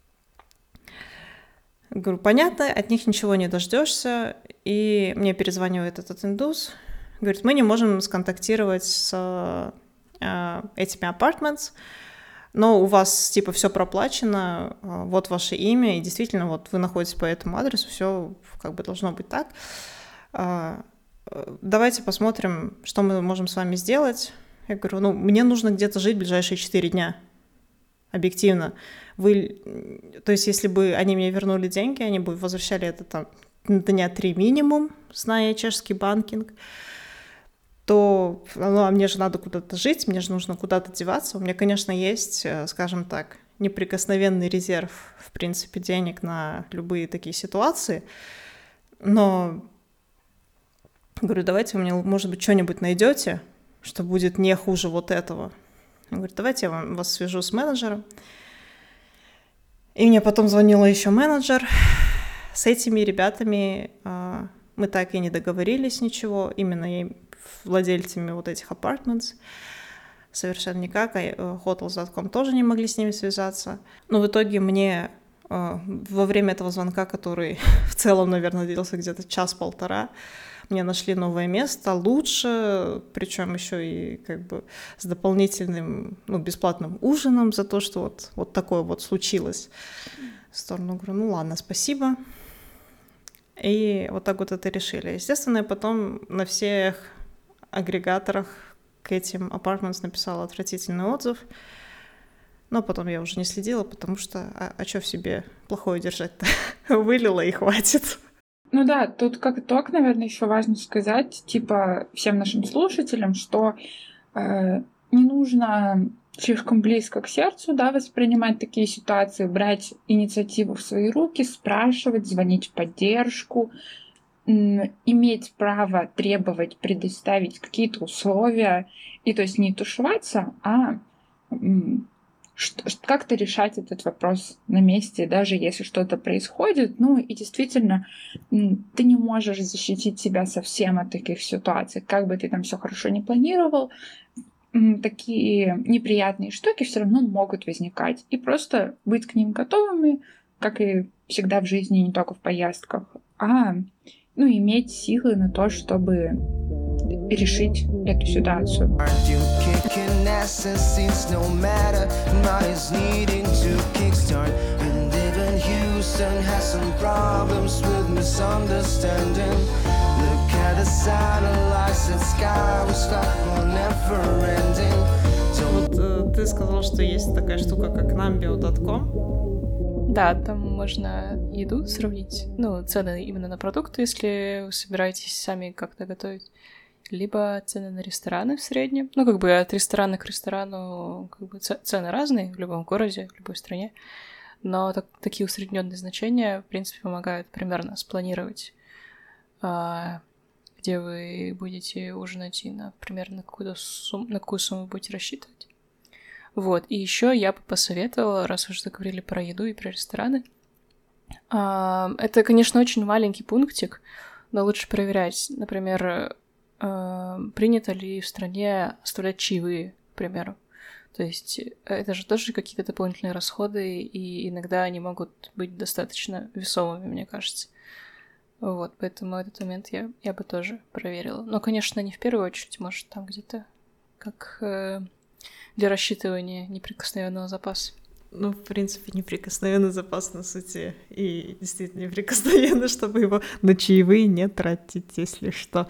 Говорю, понятно, от них ничего не дождешься. И мне перезванивает этот индус, говорит, мы не можем сконтактировать с этими apartments, но у вас все проплачено, вот ваше имя, и действительно вот вы находитесь по этому адресу, все должно быть так. давайте посмотрим, что мы можем с вами сделать. Я говорю, ну, мне нужно где-то жить ближайшие 4 дня. Объективно. То есть, если бы они мне вернули деньги, они бы возвращали это там дня 3 минимум, зная чешский банкинг, то ну, а мне же надо куда-то жить, мне же нужно куда-то деваться. У меня, конечно, есть, скажем так, неприкосновенный резерв, в принципе, денег на любые такие ситуации, но говорю, давайте вы мне, может быть, что-нибудь найдете, что будет не хуже вот этого. Он говорит, давайте я вас свяжу с менеджером. И мне потом звонила еще менеджер. С этими ребятами мы так и не договорились ничего, именно владельцами вот этих апартментс. Совершенно никак. Hotels.com тоже не могли с ними связаться. Но в итоге мне во время этого звонка, который в целом, наверное, длился где-то час-полтора, мне нашли новое место, лучше, причем еще и как бы с дополнительным, ну, бесплатным ужином за то, что вот такое вот случилось. В сторону говорю, ну ладно, спасибо. И вот так вот это решили. Естественно, я потом на всех агрегаторах к этим apartments написала отвратительный отзыв, но потом я уже не следила, потому что а что в себе плохое держать-то? Вылила и хватит. Ну да, тут как итог, наверное, еще важно сказать, типа, всем нашим слушателям, что не нужно слишком близко к сердцу, да, воспринимать такие ситуации, брать инициативу в свои руки, спрашивать, звонить в поддержку, иметь право требовать предоставить какие-то условия, и то есть не тушеваться, а как-то решать этот вопрос на месте, даже если что-то происходит. Ну и действительно, ты не можешь защитить себя совсем от таких ситуаций. Как бы ты там все хорошо не планировал, такие неприятные штуки все равно могут возникать. И просто быть к ним готовыми, как и всегда в жизни, не только в поездках, а иметь силы на то, чтобы решить эту ситуацию. Вот ты сказал, что есть такая штука, как Numbeo.com. Да, там можно еду сравнить, цены именно на продукты, если вы собираетесь сами как-то готовить, либо цены на рестораны в среднем. От ресторана к ресторану цены разные в любом городе, в любой стране, но такие усредненные значения, в принципе, помогают примерно спланировать, где вы будете ужинать и, например, на какую сумму будете рассчитывать. Вот, и еще я бы посоветовала, раз вы уже заговорили про еду и про рестораны, это, конечно, очень маленький пунктик, но лучше проверять, например, принято ли в стране оставлять чаевые, к примеру. То есть это же тоже какие-то дополнительные расходы, и иногда они могут быть достаточно весомыми, мне кажется. Вот, поэтому этот момент я бы тоже проверила. Но, конечно, не в первую очередь, может, там где-то как для рассчитывания неприкосновенного запаса. В принципе, неприкосновенный запас, на сути, и действительно неприкосновенный, чтобы его на чаевые не тратить, если что.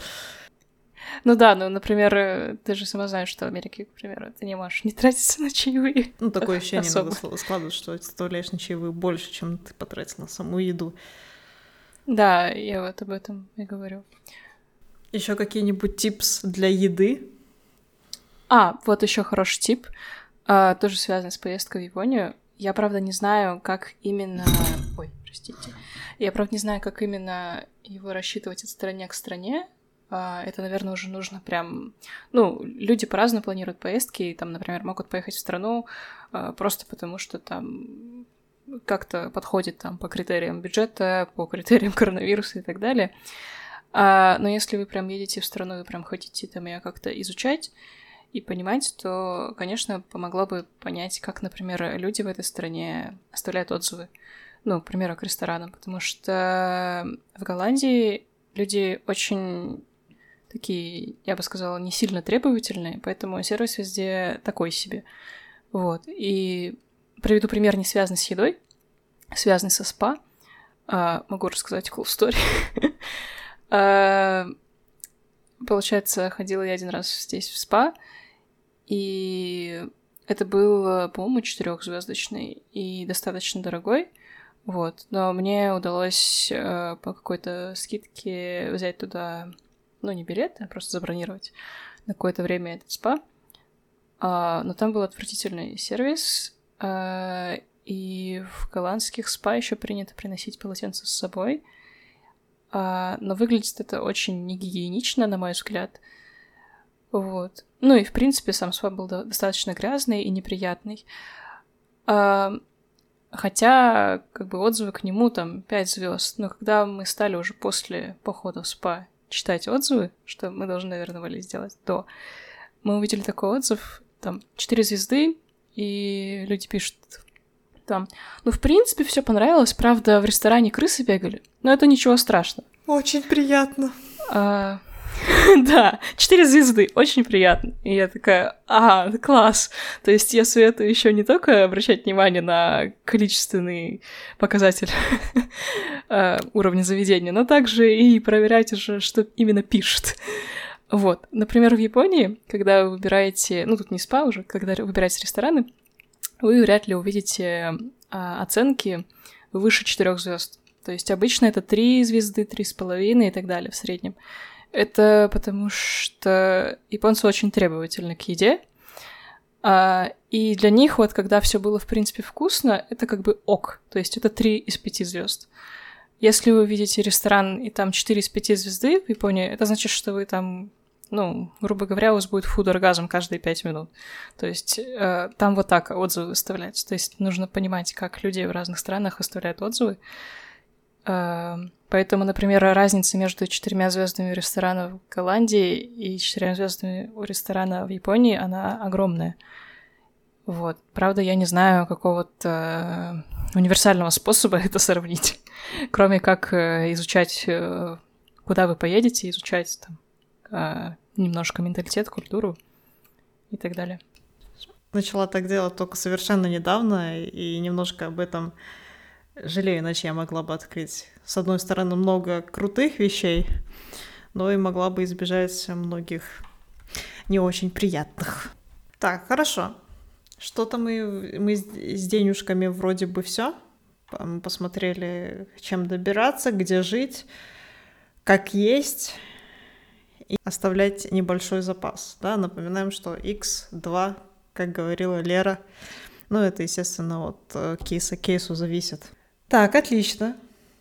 Например, ты же сама знаешь, что в Америке, к примеру, ты не можешь не тратиться на чаевые. Такое ощущение иногда складывается, что ты оставляешь на чаевые больше, чем ты потратил на саму еду. Да, я вот об этом и говорю. Еще какие-нибудь типс для еды? Вот еще хороший тип, тоже связанный с поездкой в Японию. Я, правда, не знаю, как именно... Я, правда, не знаю, как именно его рассчитывать от страны к стране. Это, наверное, уже нужно прям... люди по-разному планируют поездки, и там, например, могут поехать в страну просто потому, что там как-то подходит там по критериям бюджета, по критериям коронавируса и так далее. Но если вы прям едете в страну и прям хотите там ее как-то изучать и понимать, то, конечно, помогло бы понять, как, например, люди в этой стране оставляют отзывы, к примеру, к ресторанам, потому что в Голландии люди очень такие, я бы сказала, не сильно требовательные, поэтому сервис везде такой себе. Вот. И приведу пример, не связанный с едой, связанный со спа. Могу рассказать cool story. получается, ходила я один раз здесь в спа, и это был, по-моему, 4-звездочный и достаточно дорогой. Вот. Но мне удалось по какой-то скидке взять туда, ну, не билет, а просто забронировать на какое-то время этот спа. Но там был отвратительный сервис, и в голландских спа еще принято приносить полотенце с собой. Но выглядит это очень негигиенично, на мой взгляд. Вот. Ну и, в принципе, сам спа был достаточно грязный и неприятный. Хотя, как бы, отзывы к нему там 5 звезд. Но когда мы стали уже после похода в спа читать отзывы, что мы должны, наверное, были сделать до, мы увидели такой отзыв, там, 4 звезды, и люди пишут там, ну, в принципе, все понравилось, правда, в ресторане крысы бегали, но это ничего страшного. Очень приятно. Да, 4 звезды, очень приятно. И я такая, класс. То есть я советую еще не только обращать внимание на количественный показатель уровня заведения, но также и проверять уже, что именно пишет. Вот. Например, в Японии, когда вы выбираете, ну тут не спа уже, когда вы выбираете рестораны, вы вряд ли увидите оценки выше 4 звезд. То есть обычно это 3 звезды, 3,5 и так далее в среднем. Это потому что японцы очень требовательны к еде, и для них вот, когда все было, в принципе, вкусно, это как бы ок, то есть это 3 из 5 звезд. Если вы видите ресторан, и там 4 из 5 звезды в Японии, это значит, что вы там, ну, грубо говоря, у вас будет фуд-оргазм каждые 5 минут. То есть там вот так отзывы выставляются. То есть нужно понимать, как люди в разных странах выставляют отзывы. Поэтому, например, разница между 4 звездами у ресторана в Голландии и 4 звездами у ресторана в Японии, она огромная. Вот. Правда, я не знаю какого-то универсального способа это сравнить, кроме как изучать, куда вы поедете, изучать там немножко менталитет, культуру и так далее. Начала так делать только совершенно недавно, и немножко об этом жалею, иначе я могла бы открыть, с одной стороны, много крутых вещей, но и могла бы избежать многих не очень приятных. Так, хорошо. Что-то мы с денежками вроде бы все. Мы посмотрели, чем добираться, где жить, как есть, и оставлять небольшой запас. Да? Напоминаем, что X2, как говорила Лера, ну, это, естественно, от кейса к кейсу зависит. Так, отлично.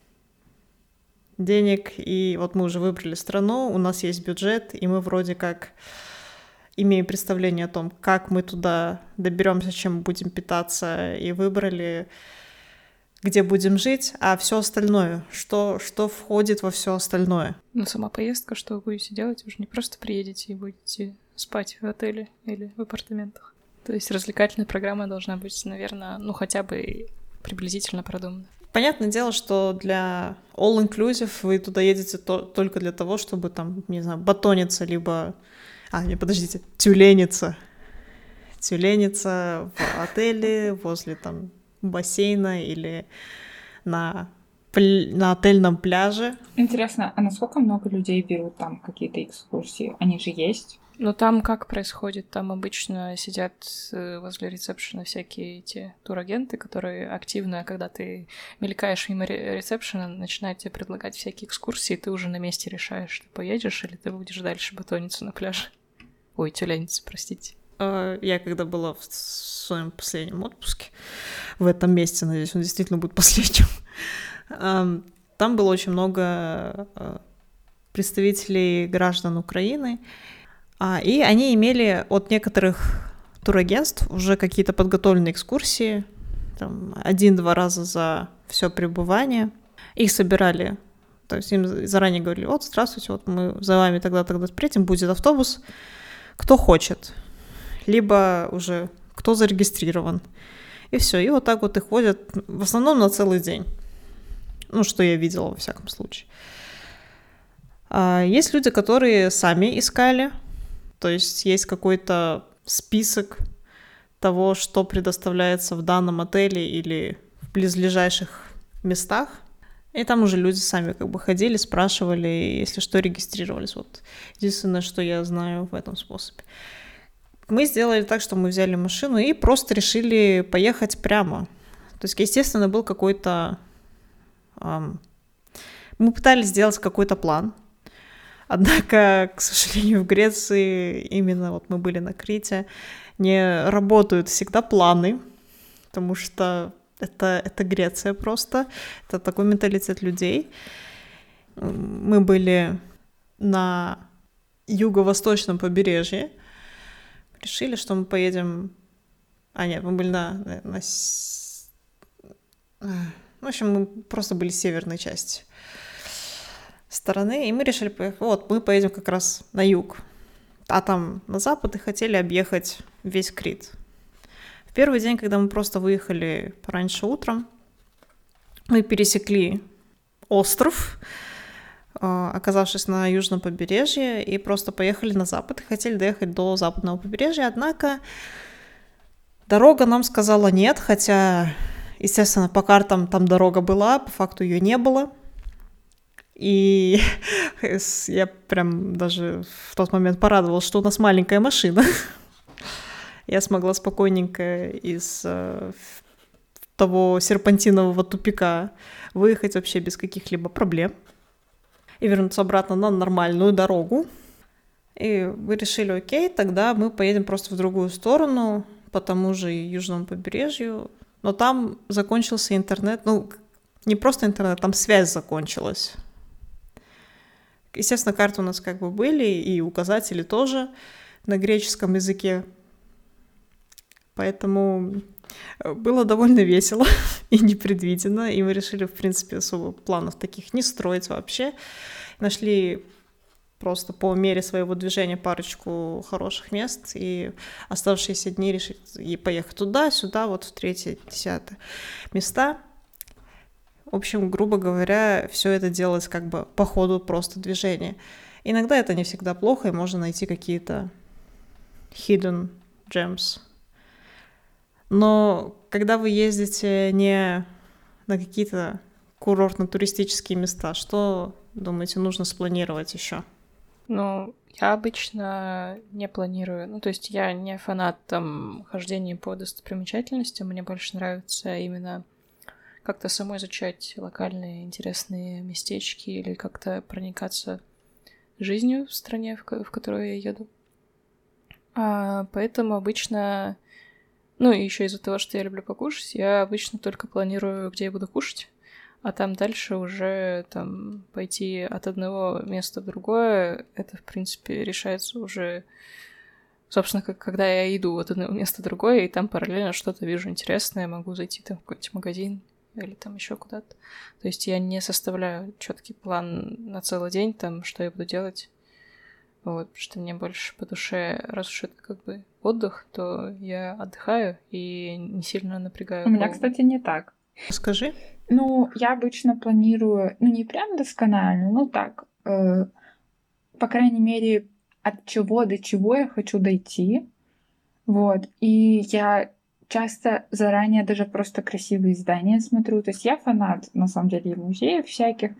Денег, и вот мы уже выбрали страну, у нас есть бюджет, и мы вроде как имеем представление о том, как мы туда доберемся, чем будем питаться, и выбрали, где будем жить, а все остальное, что входит во все остальное. Ну, сама поездка, что вы будете делать, вы же не просто приедете и будете спать в отеле или в апартаментах. То есть развлекательная программа должна быть, наверное, ну, хотя бы приблизительно продумана. Понятное дело, что для all-inclusive вы туда едете только для того, чтобы там, не знаю, батониться, либо... тюлениться. Тюлениться в отеле, возле там бассейна или на отельном пляже. Интересно, а насколько много людей берут там какие-то экскурсии? Они же есть? Ну, там как происходит? Там обычно сидят возле ресепшена всякие эти турагенты, которые активно, когда ты мелькаешь мимо ресепшена, начинают тебе предлагать всякие экскурсии, и ты уже на месте решаешь, ты поедешь или ты будешь дальше батониться на пляже. Ой, тюлениться, простите. Я когда была в своем последнем отпуске в этом месте, надеюсь, он действительно будет последним, там было очень много представителей граждан Украины, и они имели от некоторых турагентств уже какие-то подготовленные экскурсии, там, 1-2 раза за все пребывание. Их собирали, то есть им заранее говорили: вот, здравствуйте, вот мы за вами тогда приедем, будет автобус, кто хочет, либо уже кто зарегистрирован. И все, и вот так вот их водят в основном на целый день. Ну, что я видела, во всяком случае. Есть люди, которые сами искали, то есть есть какой-то список того, что предоставляется в данном отеле или в близлежащих местах. И там уже люди сами как бы ходили, спрашивали, и если что, регистрировались. Вот единственное, что я знаю в этом способе. Мы сделали так, что мы взяли машину и просто решили поехать прямо. То есть, естественно, был какой-то... Мы пытались сделать какой-то план. Однако, к сожалению, в Греции, именно вот мы были на Крите, не работают всегда планы, потому что это Греция просто, это такой менталитет людей. Мы были на юго-восточном побережье, решили, что мы поедем... Нет, мы были в общем, мы просто были в северной части стороны, и мы решили поехать. Вот, мы поедем как раз на юг, а там на запад и хотели объехать весь Крит. В первый день, когда мы просто выехали пораньше утром, мы пересекли остров, оказавшись на южном побережье, и просто поехали на запад и хотели доехать до западного побережья, однако дорога нам сказала нет, хотя, естественно, по картам там дорога была, по факту ее не было. И я прям даже в тот момент порадовалась, что у нас маленькая машина. Я смогла спокойненько из того серпантинового тупика выехать вообще без каких-либо проблем и вернуться обратно на нормальную дорогу. И мы решили, окей, тогда мы поедем просто в другую сторону, по тому же южному побережью. Но там закончился интернет, не просто интернет, там связь закончилась. Естественно, карты у нас как бы были, и указатели тоже на греческом языке. Поэтому было довольно весело и непредвиденно, и мы решили, в принципе, особо планов таких не строить вообще. Нашли просто по мере своего движения парочку хороших мест, и оставшиеся дни решили и поехать туда, сюда, вот в 3-10 места. В общем, грубо говоря, все это делать как бы по ходу просто движения. Иногда это не всегда плохо, и можно найти какие-то hidden gems. Но когда вы ездите не на какие-то курортно-туристические места, что, думаете, нужно спланировать еще? Я обычно не планирую. То есть я не фанат там хождения по достопримечательностям. Мне больше нравится именно как-то самой изучать локальные интересные местечки или как-то проникаться жизнью в стране, в которую я еду. Поэтому обычно... и еще из-за того, что я люблю покушать, я обычно только планирую, где я буду кушать, а там дальше уже там пойти от одного места в другое, это, в принципе, решается уже, собственно, когда я иду от одного места в другое, и там параллельно что-то вижу интересное, могу зайти там в какой-нибудь магазин или там еще куда-то. То есть я не составляю четкий план на целый день, там, что я буду делать. Вот, потому что мне больше по душе, раз уж это как бы отдых, то я отдыхаю и не сильно напрягаю У меня, голову. кстати, не так. Скажи. Я обычно планирую, не прям досконально, так, по крайней мере, от чего до чего я хочу дойти. Вот, и я часто заранее даже просто красивые здания смотрю. То есть я фанат, на самом деле, музеев всяких,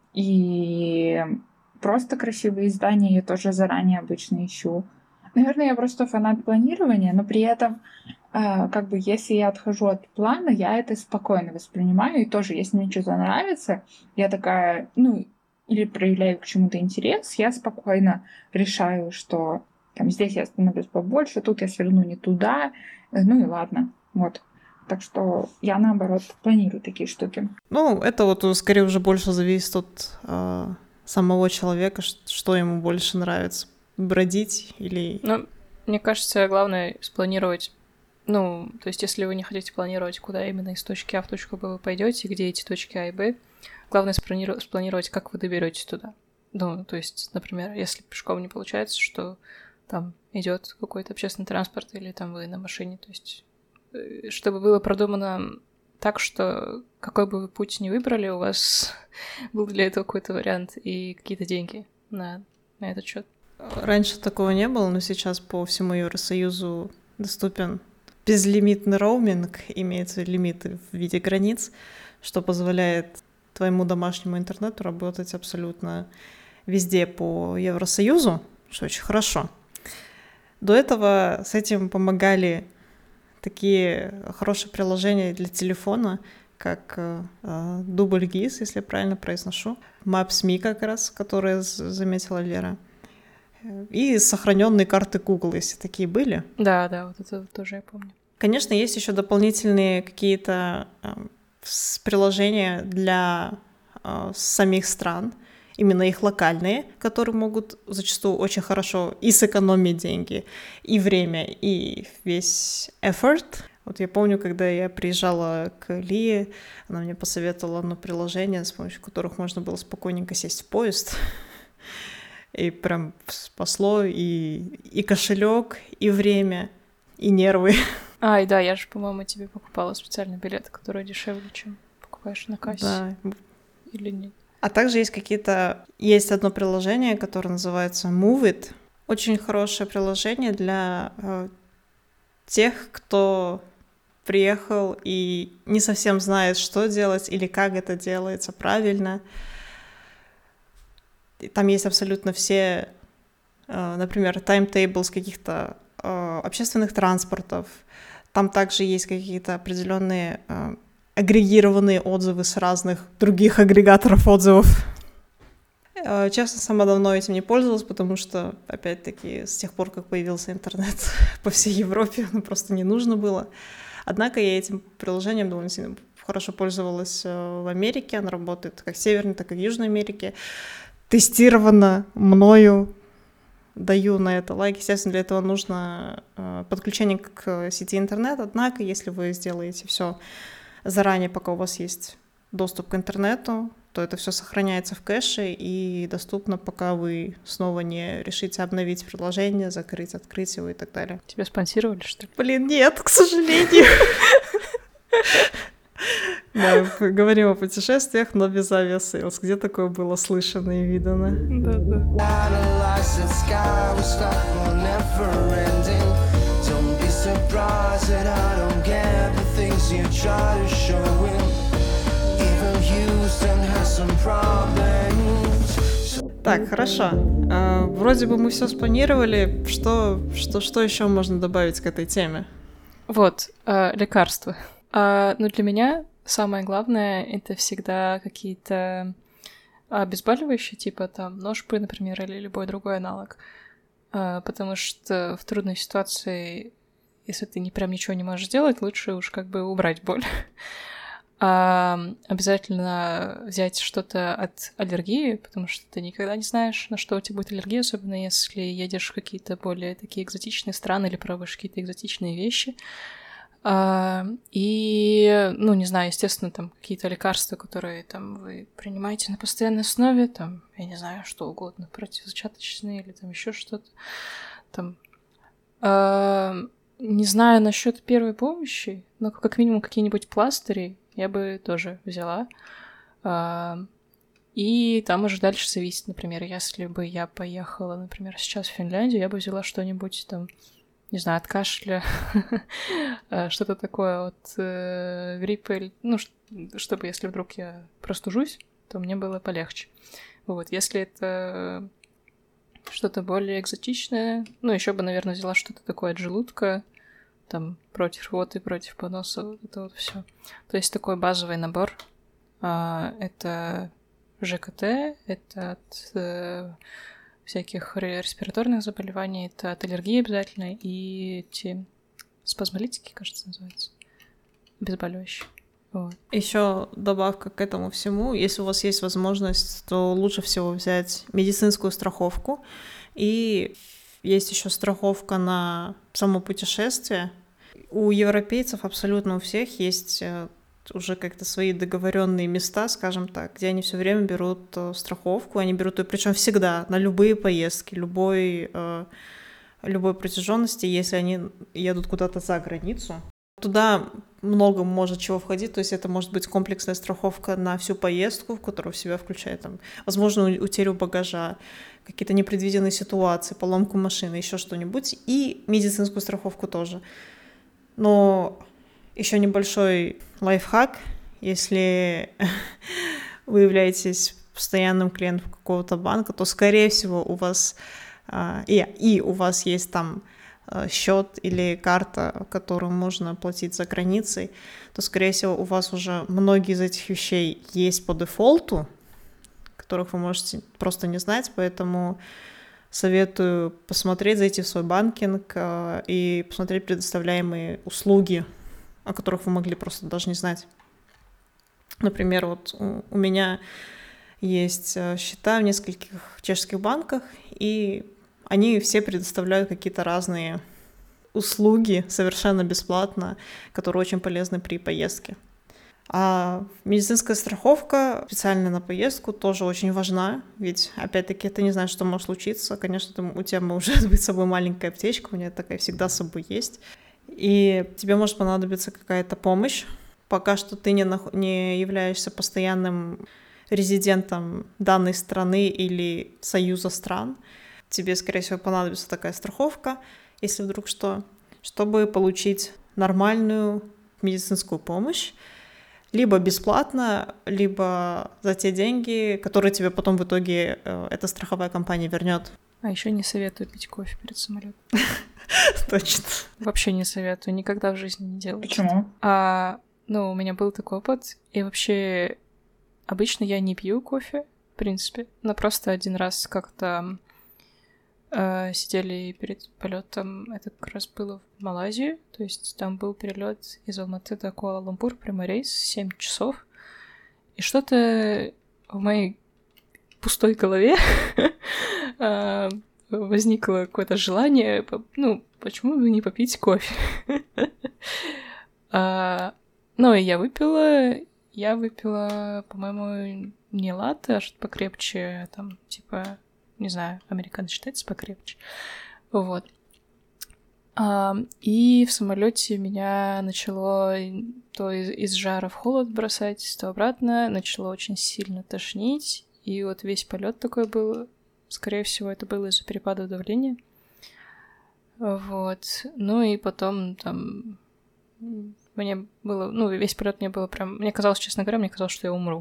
и просто красивые здания я тоже заранее обычно ищу. Наверное, я просто фанат планирования, но при этом, если я отхожу от плана, я это спокойно воспринимаю, и тоже, если мне что-то нравится, я такая, или проявляю к чему-то интерес, я спокойно решаю, что там здесь я остановлюсь побольше, тут я сверну не туда, и ладно, вот. Так что я, наоборот, планирую такие штуки. Это вот скорее уже больше зависит от самого человека, что ему больше нравится, бродить или... Мне кажется, главное спланировать, то есть если вы не хотите планировать, куда именно из точки А в точку Б вы пойдете, где эти точки А и Б, главное спланировать, как вы доберетесь туда. То есть, например, если пешком не получается, что там идет какой-то общественный транспорт или там вы на машине, то есть чтобы было продумано так, что какой бы вы путь ни выбрали, у вас был для этого какой-то вариант и какие-то деньги на этот счет. Раньше такого не было, но сейчас по всему Евросоюзу доступен безлимитный роуминг, имеются лимиты в виде границ, что позволяет твоему домашнему интернету работать абсолютно везде по Евросоюзу, что очень хорошо. До этого с этим помогали такие хорошие приложения для телефона, как DoubleGIS, если я правильно произношу, Maps.me как раз, которые заметила Лера, и сохраненные карты Google, если такие были. Да, вот это тоже я помню. Конечно, есть еще дополнительные какие-то приложения для самих стран, именно их локальные, которые могут зачастую очень хорошо и сэкономить деньги, и время, и весь effort. Вот я помню, когда я приезжала к Лии, она мне посоветовала одно приложение, с помощью которых можно было спокойненько сесть в поезд. И прям спасло и кошелек, и время, и нервы. И да, я же, по-моему, тебе покупала специальный билет, который дешевле, чем покупаешь на кассе. Да. Или нет? А также есть одно приложение, которое называется Move It. Очень хорошее приложение для тех, кто приехал и не совсем знает, что делать или как это делается правильно. Там есть абсолютно все, например, таймтейблс каких-то общественных транспортов. Там также есть какие-то определенные агрегированные отзывы с разных других агрегаторов отзывов. Честно, сама давно этим не пользовалась, потому что, опять-таки, с тех пор, как появился интернет по всей Европе, оно просто не нужно было. Однако я этим приложением довольно сильно хорошо пользовалась в Америке. Оно работает как в Северной, так и в Южной Америке. Тестировано мною. Даю на это лайк. Естественно, для этого нужно подключение к сети интернет. Однако, если вы сделаете все заранее, пока у вас есть доступ к интернету, то это все сохраняется в кэше и доступно, пока вы снова не решите обновить приложение, закрыть, открыть его и так далее. Тебя спонсировали, что ли? Блин, нет, к сожалению. Да, говорим о путешествиях, но без авиасейлс. Где такое было слышано и видано? Да. Так, хорошо. Вроде бы мы все спланировали. Что еще можно добавить к этой теме? Вот, лекарства. Ну, для меня самое главное — это всегда какие-то обезболивающие, типа там ножпы, например, или любой другой аналог. Потому что в трудной ситуации, если ты прям ничего не можешь сделать, лучше уж как бы убрать боль. Обязательно взять что-то от аллергии, потому что ты никогда не знаешь, на что у тебя будет аллергия, особенно если едешь в какие-то более такие экзотичные страны или пробуешь какие-то экзотичные вещи. И, ну, не знаю, естественно, там какие-то лекарства, которые там вы принимаете на постоянной основе, там, я не знаю, что угодно, противозачаточные или там еще что-то. Там, не знаю насчет первой помощи, но как минимум какие-нибудь пластыри я бы тоже взяла. И там уже дальше зависит, например, если бы я поехала, например, сейчас в Финляндию, я бы взяла что-нибудь там, не знаю, от кашля, что-то такое от гриппа, ну, чтобы, если вдруг я простужусь, то мне было полегче. Вот, если это что-то более экзотичное, ну, еще бы, наверное, взяла что-то такое от желудка, там, против рвоты, против поноса, вот это вот все. То есть такой базовый набор. Это ЖКТ, это от всяких респираторных заболеваний, это от аллергии обязательно, и эти спазмолитики, кажется, называются, обезболивающие. Вот. Еще добавка к этому всему, если у вас есть возможность, то лучше всего взять медицинскую страховку, и есть еще страховка на само путешествие. У европейцев абсолютно у всех есть уже как-то свои договоренные места, скажем так, где они все время берут страховку, они берут ее, причем всегда, на любые поездки, любой протяженности, если они едут куда-то за границу. Туда много может чего входить, то есть это может быть комплексная страховка на всю поездку, в которую в себя включает там, возможно, утерю багажа, какие-то непредвиденные ситуации, поломку машины, еще что-нибудь, и медицинскую страховку тоже. Но еще небольшой лайфхак, если вы являетесь постоянным клиентом какого-то банка, то, скорее всего, у вас у вас есть там счет или карта, которую можно платить за границей, то, скорее всего, у вас уже многие из этих вещей есть по дефолту, которых вы можете просто не знать, поэтому советую посмотреть, зайти в свой банкинг и посмотреть предоставляемые услуги, о которых вы могли просто даже не знать. Например, вот у меня есть счета в нескольких чешских банках, и они все предоставляют какие-то разные услуги совершенно бесплатно, которые очень полезны при поездке. А медицинская страховка специально на поездку тоже очень важна, ведь, опять-таки, ты не знаешь, что может случиться. Конечно, у тебя может быть с собой маленькая аптечка, у меня такая всегда с собой есть, и тебе может понадобиться какая-то помощь. Пока что ты не являешься постоянным резидентом данной страны или союза стран, тебе, скорее всего, понадобится такая страховка, если вдруг что, чтобы получить нормальную медицинскую помощь, либо бесплатно, либо за те деньги, которые тебе потом в итоге эта страховая компания вернет. А еще не советую пить кофе перед самолетом. Точно. Вообще не советую, никогда в жизни не делаю. Почему? У меня был такой опыт, и вообще обычно я не пью кофе, в принципе, но просто один раз как-то сидели перед полетом, это как раз было в Малайзию, то есть там был перелет из Алматы до Куала-Лумпур, прямой рейс, 7 часов, и что-то в моей пустой голове возникло какое-то желание, почему бы не попить кофе? И я выпила, по-моему, не латте, а что-то покрепче, там, типа, не знаю, американо считается покрепче. Вот. И в самолете меня начало то из жара в холод бросать, то обратно, начало очень сильно тошнить, и вот весь полет такой был. Скорее всего, это было из-за перепада давления. Вот. И потом там мне было... весь полет мне было прям... Мне казалось, честно говоря, что я умру.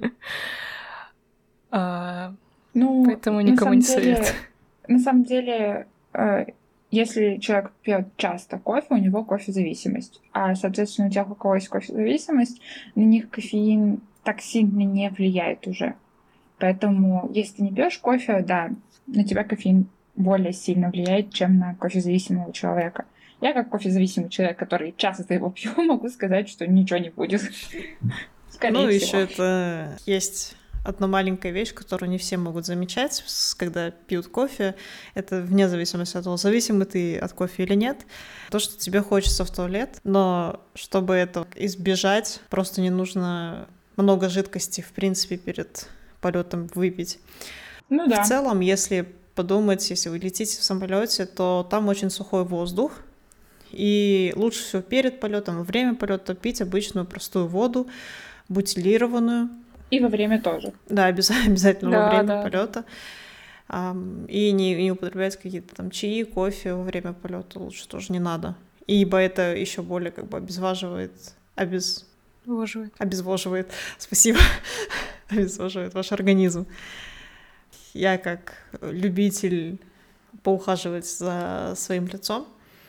Поэтому никому не советую. На самом деле, если человек пьет часто кофе, у него кофезависимость. А, соответственно, у тех, у кого есть кофезависимость, на них кофеин так сильно не влияет уже. Поэтому, если ты не пьешь кофе, да, на тебя кофеин более сильно влияет, чем на кофезависимого человека. Я, как кофезависимый человек, который часто его пью, могу сказать, что ничего не будет. Скорее всего. Еще это есть одна маленькая вещь, которую не все могут замечать, когда пьют кофе. Это вне зависимости от того, зависимый ты от кофе или нет. То, что тебе хочется в туалет, но чтобы это избежать, просто не нужно много жидкости, в принципе, перед полетом выпить. Да. В целом, если подумать, если вы летите в самолете, то там очень сухой воздух, и лучше всего перед полетом, во время полета пить обычную простую воду, бутилированную. И во время тоже. Да, обязательно во время полета. И не употреблять какие-то там чаи, кофе во время полета лучше тоже не надо. Ибо это еще более обезвоживает. Обезвоживает. Спасибо. Обезвоживает ваш организм. Я как любитель поухаживать за своим лицом,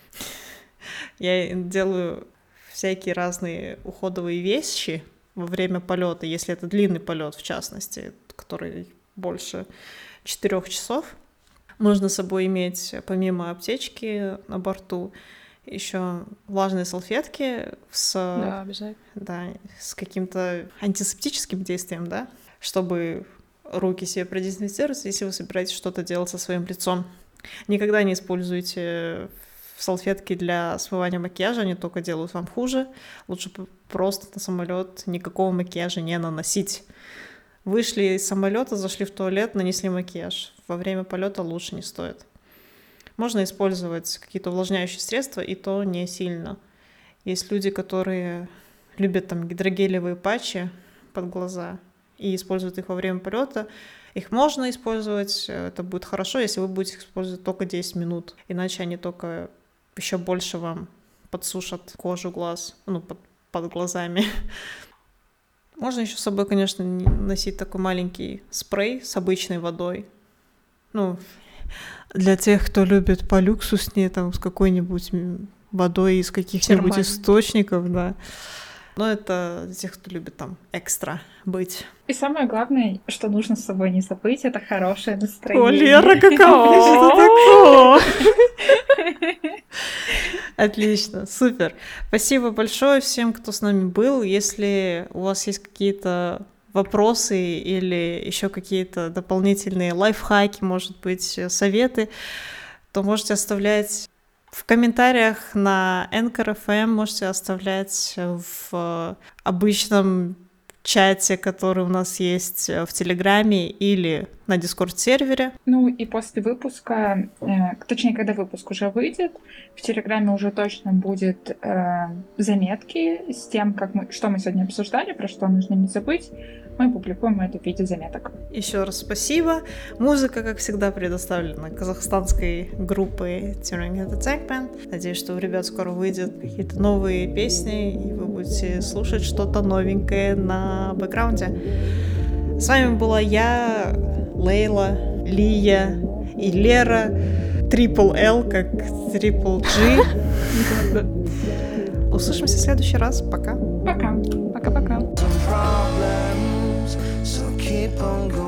я делаю всякие разные уходовые вещи во время полета, если это длинный полет, в частности, который больше 4 часов. Нужно с собой иметь, помимо аптечки на борту, еще влажные салфетки с каким-то антисептическим действием, да, чтобы руки себе продезинфицировать, если вы собираетесь что-то делать со своим лицом. Никогда не используйте салфетки для смывания макияжа, они только делают вам хуже. Лучше просто на самолет никакого макияжа не наносить. Вышли из самолета, зашли в туалет, нанесли макияж. Во время полета лучше не стоит. Можно использовать какие-то увлажняющие средства, и то не сильно. Есть люди, которые любят там гидрогелевые патчи под глаза и используют их во время полета. Их можно использовать, это будет хорошо, если вы будете их использовать только 10 минут, иначе они только еще больше вам подсушат кожу глаз, под глазами. Можно еще с собой, конечно, носить такой маленький спрей с обычной водой. Ну, для тех, кто любит полюксуснее, там, с какой-нибудь водой из каких-нибудь Термальной. источников, да. Но это для тех, кто любит там экстра быть. И самое главное, что нужно с собой не забыть, это хорошее настроение. О, Лера, каково? Что такое? Отлично, супер. Спасибо большое всем, кто с нами был. Если у вас есть какие-то вопросы или еще какие-то дополнительные лайфхаки, может быть, советы, то можете оставлять в комментариях на Anchor FM, можете оставлять в обычном чате, который у нас есть в Телеграме или на Дискорд-сервере. Ну и после выпуска, точнее, когда выпуск уже выйдет, в Телеграме уже точно будет заметки с тем, что мы сегодня обсуждали, про что нужно не забыть. Мы публикуем это в виде заметок. Еще раз спасибо. Музыка, как всегда, предоставлена казахстанской группой Turing Head Attack Band. Надеюсь, что у ребят скоро выйдут какие-то новые песни, и вы будете слушать что-то новенькое на бэкграунде. С вами была я, Лейла, Лия и Лера. Triple L, как Triple G. Услышимся в следующий раз. Пока. Пока. Пока-пока. Some problems, so keep on going.